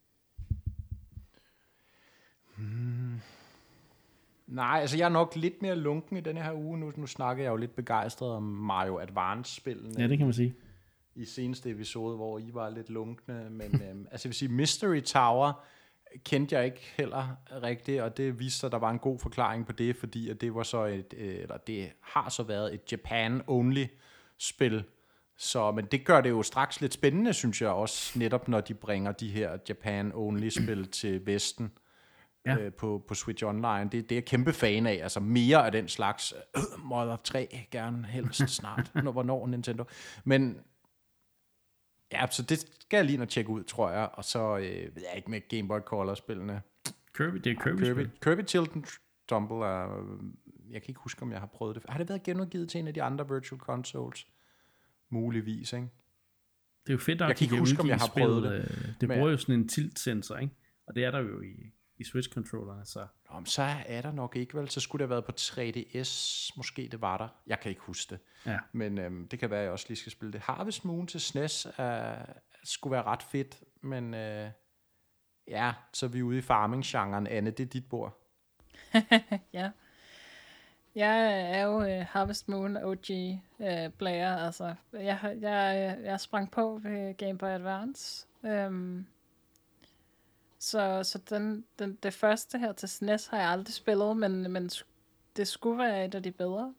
Nej, altså jeg er nok lidt mere lunken i denne her uge. Nu snakker jeg jo lidt begejstret om Mario Advance-spillene. Ja, det kan man sige. I seneste episode, hvor I var lidt lunkne. Men altså jeg vil sige, Mystery Tower kendte jeg ikke heller rigtigt, og det viste sig, at der var en god forklaring på det, fordi at det var så det har så været et Japan-only-spil. Men det gør det jo straks lidt spændende, synes jeg også, netop når de bringer de her Japan-only-spil til Vesten. Ja. På Switch Online. Det er jeg kæmpe fan af. Altså mere af den slags Mother 3 gerne helst snart. Hvornår Nintendo. Men ja, så det skal jeg lige at tjekke ud, tror jeg. Og så ved jeg ikke med Game Boy Color-spillene. Det er Kirby Tilt and Tumble er... Jeg kan ikke huske, om jeg har prøvet det. Har det været genudgivet til en af de andre Virtual Consoles? Muligvis, ikke? Det er jo fedt, at jeg kan ikke huske, om jeg har prøvet det. Det bruger jo sådan en tilt-sensor, ikke? Og det er der jo i Switch-controllerne, så... Så er der nok ikke, vel? Så skulle det have været på 3DS, måske det var der. Jeg kan ikke huske det. Ja. Men det kan være, at jeg også lige skal spille det. Harvest Moon til SNES skulle være ret fedt, men ja, så er vi ude i farming-genren. Anne, det er dit bord. Ja. Jeg er jo Harvest Moon OG-player, altså. Jeg sprang på ved Game Boy Advance. Så det første her til SNES har jeg aldrig spillet, men det skulle være et af de bedre.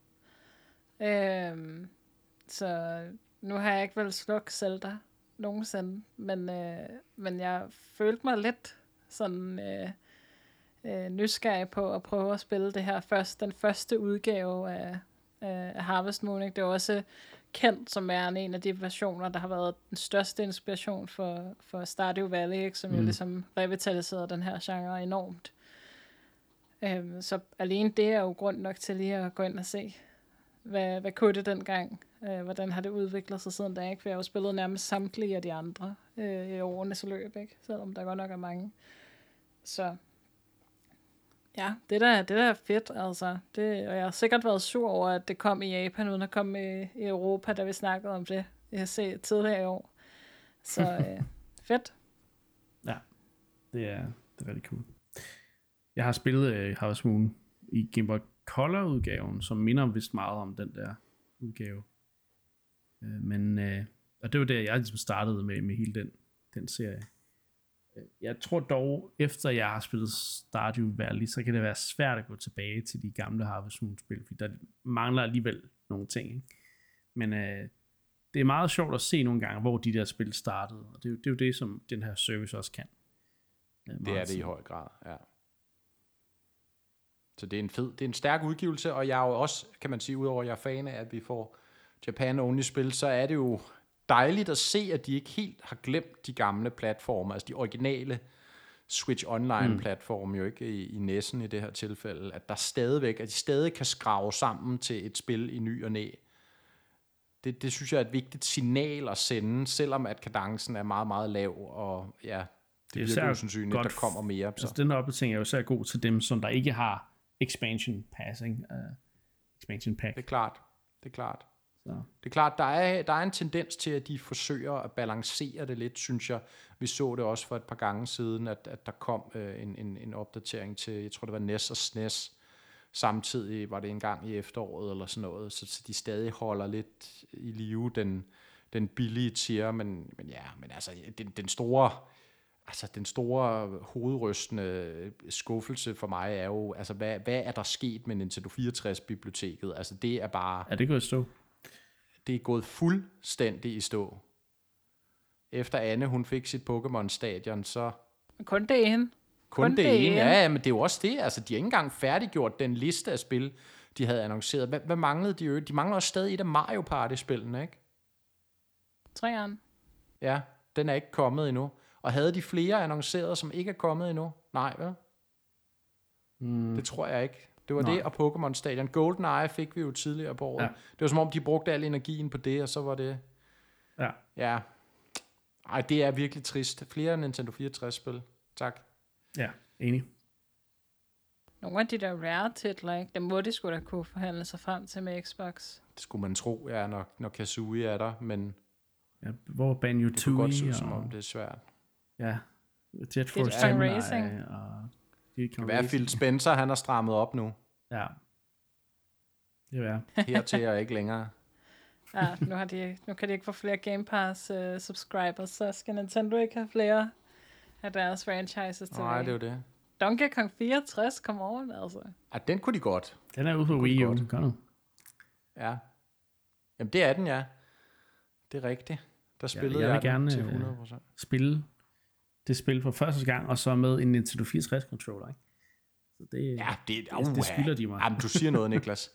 Så nu har jeg ikke vel slukket Zelda nogensinde, men jeg følte mig lidt sådan nysgerrig på at prøve at spille det her den første udgave af Harvest Moon. Ikke? Det er også kendt som er en af de versioner, der har været den største inspiration for Stardew Valley, ikke? Som jo ligesom revitaliserede den her genre enormt. Så alene det er jo grund nok til lige at gå ind og se, hvad kunne det dengang? Hvordan har det udviklet sig siden da? Ikke? For jeg har jo spillet nærmest samtlige af de andre i årenes løb, ikke? Selvom der godt nok er mange. Så ja, det der er fedt, altså. Og jeg har sikkert været sur over, at det kom i Japan, uden at komme i Europa, da vi snakkede om det. Jeg har set tidligere i år. Så fedt. Ja, det er rigtig cool. Jeg har spillet Harvest Moon i Game Boy Color-udgaven, som minder vist meget om den der udgave. Og det var der, jeg ligesom startede med hele den serie. Jeg tror dog, efter jeg har spillet Stardew Valley, så kan det være svært at gå tilbage til de gamle Harvest Moon-spil, fordi der mangler alligevel nogle ting. Ikke? Men det er meget sjovt at se nogle gange, hvor de der spil startede, og det er jo det, som den her service også kan. Det er det i høj grad, ja. Så det er en stærk udgivelse, og jeg er jo også, kan man sige, udover at jeg er fan af, at vi får Japan-only-spil, så er det jo dejligt at se, at de ikke helt har glemt de gamle platformer, altså de originale Switch Online-platforme, jo ikke i NES'en i det her tilfælde, at de stadig kan skrave sammen til et spil i ny og næ. Det synes jeg er et vigtigt signal at sende, selvom at kadencen er meget, meget lav, og ja, det virker usandsynligt, at der kommer mere. Så. Altså, den opdatering er jo især god til dem, som der ikke har expansion passing, expansion pack. Det er klart. Så. Det er klart, der er en tendens til, at de forsøger at balancere det lidt, synes jeg. Vi så det også for et par gange siden, at der kom en opdatering til, jeg tror det var NES og SNES, Samtidig var det en gang i efteråret eller sådan noget, så de stadig holder lidt i live den billige tier, men altså den store hovedrystende skuffelse for mig er jo, altså hvad er der sket med Nintendo 64-biblioteket? Altså det er bare... Er det gået i stå? Det er gået fuldstændig i stå. Efter Anne, hun fik sit Pokémon-stadion, så... Kun det ene. Kun det ene, ja, men det er jo også det. Altså, de har ikke engang færdiggjort den liste af spil, de havde annonceret. Hvad manglede de jo? De mangler også stadig et af Mario Party-spillene, ikke? 3'eren. Ja, den er ikke kommet endnu. Og havde de flere annonceret, som ikke er kommet endnu? Nej, vel? Det tror jeg ikke. Det var det og Pokémon Stadion. GoldenEye fik vi jo tidligere på året. Ja. Det var som om, de brugte al energien på det, og så var det... Ja. Ej, det er virkelig trist. Flere Nintendo 64-spil. Tak. Ja, enig. Nogle af de der rare-titler, ikke? Dem må de sgu da kunne forhandle sig frem til med Xbox. Det skulle man tro, ja, når Kazooie er der, men... Ja, hvor Banjo-Tooie det kunne godt se som om det er svært. Ja, Jet Force Gemini Racing. Og det kan være, Phil Spencer, han har strammet op nu. Ja. Det er hertil og ikke længere. Ja, nu kan de ikke få flere Game Pass subscribers, så skal Nintendo ikke have flere af deres franchises tilbage. Nej, det er jo det. Donkey Kong 64, come on, altså. Ja, den kunne de godt. Den er ude på Wii U. Ja. Jamen, det er den, ja. Det er rigtigt. Der spillede jeg vil gerne til 100%. Spille det spil for første gang, og så med en Nintendo 64-controller, ikke? Så det skylder de mig. Jamen, du siger noget, Niklas.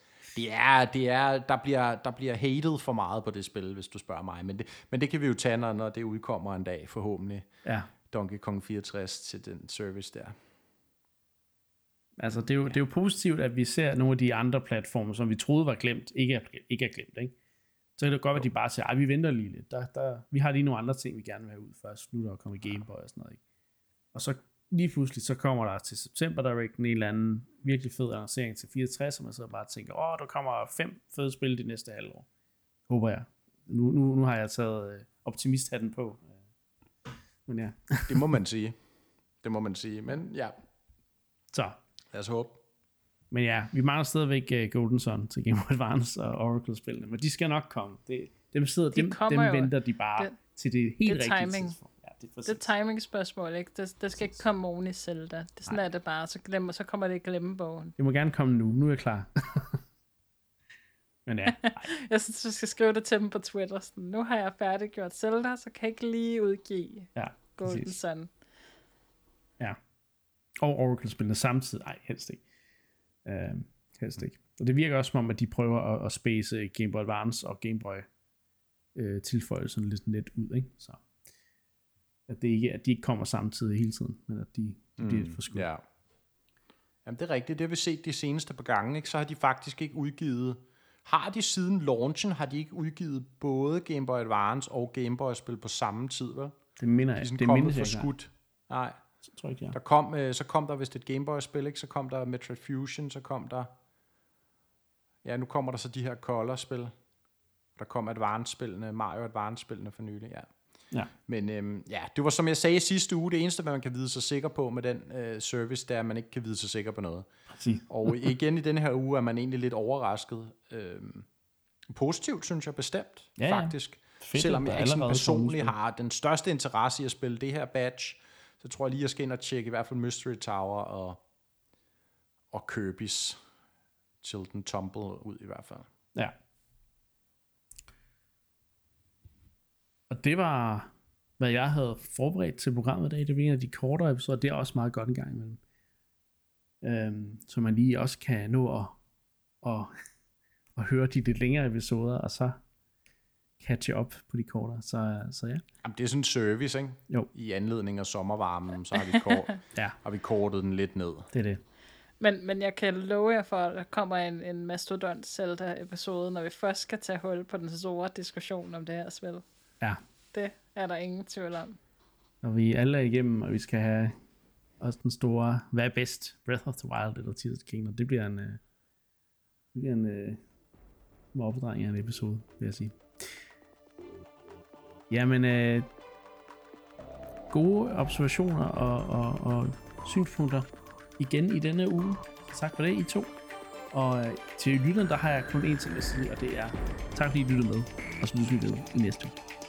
Der bliver hated for meget på det spil, hvis du spørger mig. Men det kan vi jo tage, når det udkommer en dag, forhåbentlig. Ja. Donkey Kong 64 til den service der. Altså, det er jo positivt, at vi ser nogle af de andre platforme, som vi troede var glemt, ikke er glemt, ikke? Så kan det godt være, at de bare siger, vi venter lige lidt. Vi har lige nogle andre ting, vi gerne vil have ud først. Nu er der kommet Game Boy og sådan noget, ikke? Og så lige pludselig, så kommer der til september, der er en eller anden virkelig fed annoncering til 64, og man sidder bare og tænker, der kommer 5 fede spil de næste halvår. Håber jeg. Nu har jeg taget optimisthatten på. Men ja. Det må man sige. Men ja. Så. Lad os håbe. Men ja, vi mangler stadigvæk Golden Sun til Game Boy Advance og Oracle-spillene, men de skal nok komme. Dem venter de bare til det helt rigtige tidspunkt. Ja, det er timing-spørgsmål, ikke? Der skal ikke komme oven i Zelda. Det sådan er det bare, så kommer det i glemmebogen. Det må gerne komme nu. Nu er jeg klar. Men ja. Jeg synes, du skal skrive det til dem på Twitter. Sådan, nu har jeg færdiggjort Zelda, så kan jeg ikke lige udgive Golden Sun. Ja. Og Oracle-spillene samtidig. Nej, helst ikke. Helst ikke. Og det virker også som om, at de prøver at space Game Boy Advance og Game Boy tilføjelsen lidt net ud, ikke? Så at de ikke kommer samtidig hele tiden, men at de bliver et forskud. Ja. Jamen det er rigtigt, det har vi set de seneste par gange, ikke? Så har de faktisk ikke udgivet, siden launchen, har de ikke udgivet både Game Boy Advance og Game Boy spil på samme tid, vel? Det minder jeg. Det kommet for skudt. Nej. Tror ikke, ja. Så kom der vist et Game Boy spil, ikke? Så kom der Metroid Fusion, så kom der... Ja, nu kommer der så de her Color-spil. Der kom Advance-spillene, Mario Advance-spillene for nylig, ja. Men det var som jeg sagde sidste uge, det eneste, man kan vide sig sikker på med den service, det er, at man ikke kan vide sig sikker på noget. Præcis. Og igen i den her uge er man egentlig lidt overrasket. Positivt, synes jeg bestemt, faktisk. Fedt, selvom jeg ikke personligt har den største interesse i at spille det her batch, så tror jeg lige, jeg skal ind og tjekke i hvert fald Mystery Tower og Kirby's Chilton Tumble ud i hvert fald. Ja. Og det var, hvad jeg havde forberedt til programmet i dag. Det var en af de kortere episoder. Det er også meget godt en gang imellem. Så man lige også kan nå at høre de lidt længere episoder, og så catche op på de kortere. Så ja. Jamen, det er sådan en service, ikke? Jo. I anledning af sommervarmen, så har vi kortet den lidt ned. Det er det. Men jeg kan love jer for, at der kommer en Mastodont Zelda-episode, når vi først skal tage hul på den store diskussion om det her spil. Ja. Det er der ingen tvivl om. Når vi alle er igennem, og vi skal have også den store, hvad er bedst? Breath of the Wild eller Tears of the Kingdom. Det bliver en opdrejning af en episode, vil jeg sige. Jamen, gode observationer og synspunkter igen i denne uge. Tak for det, I to. Og til lytteren, der har jeg kun én ting at sige, og det er tak fordi I lyttede med, og så lytter vi ved i næste uge.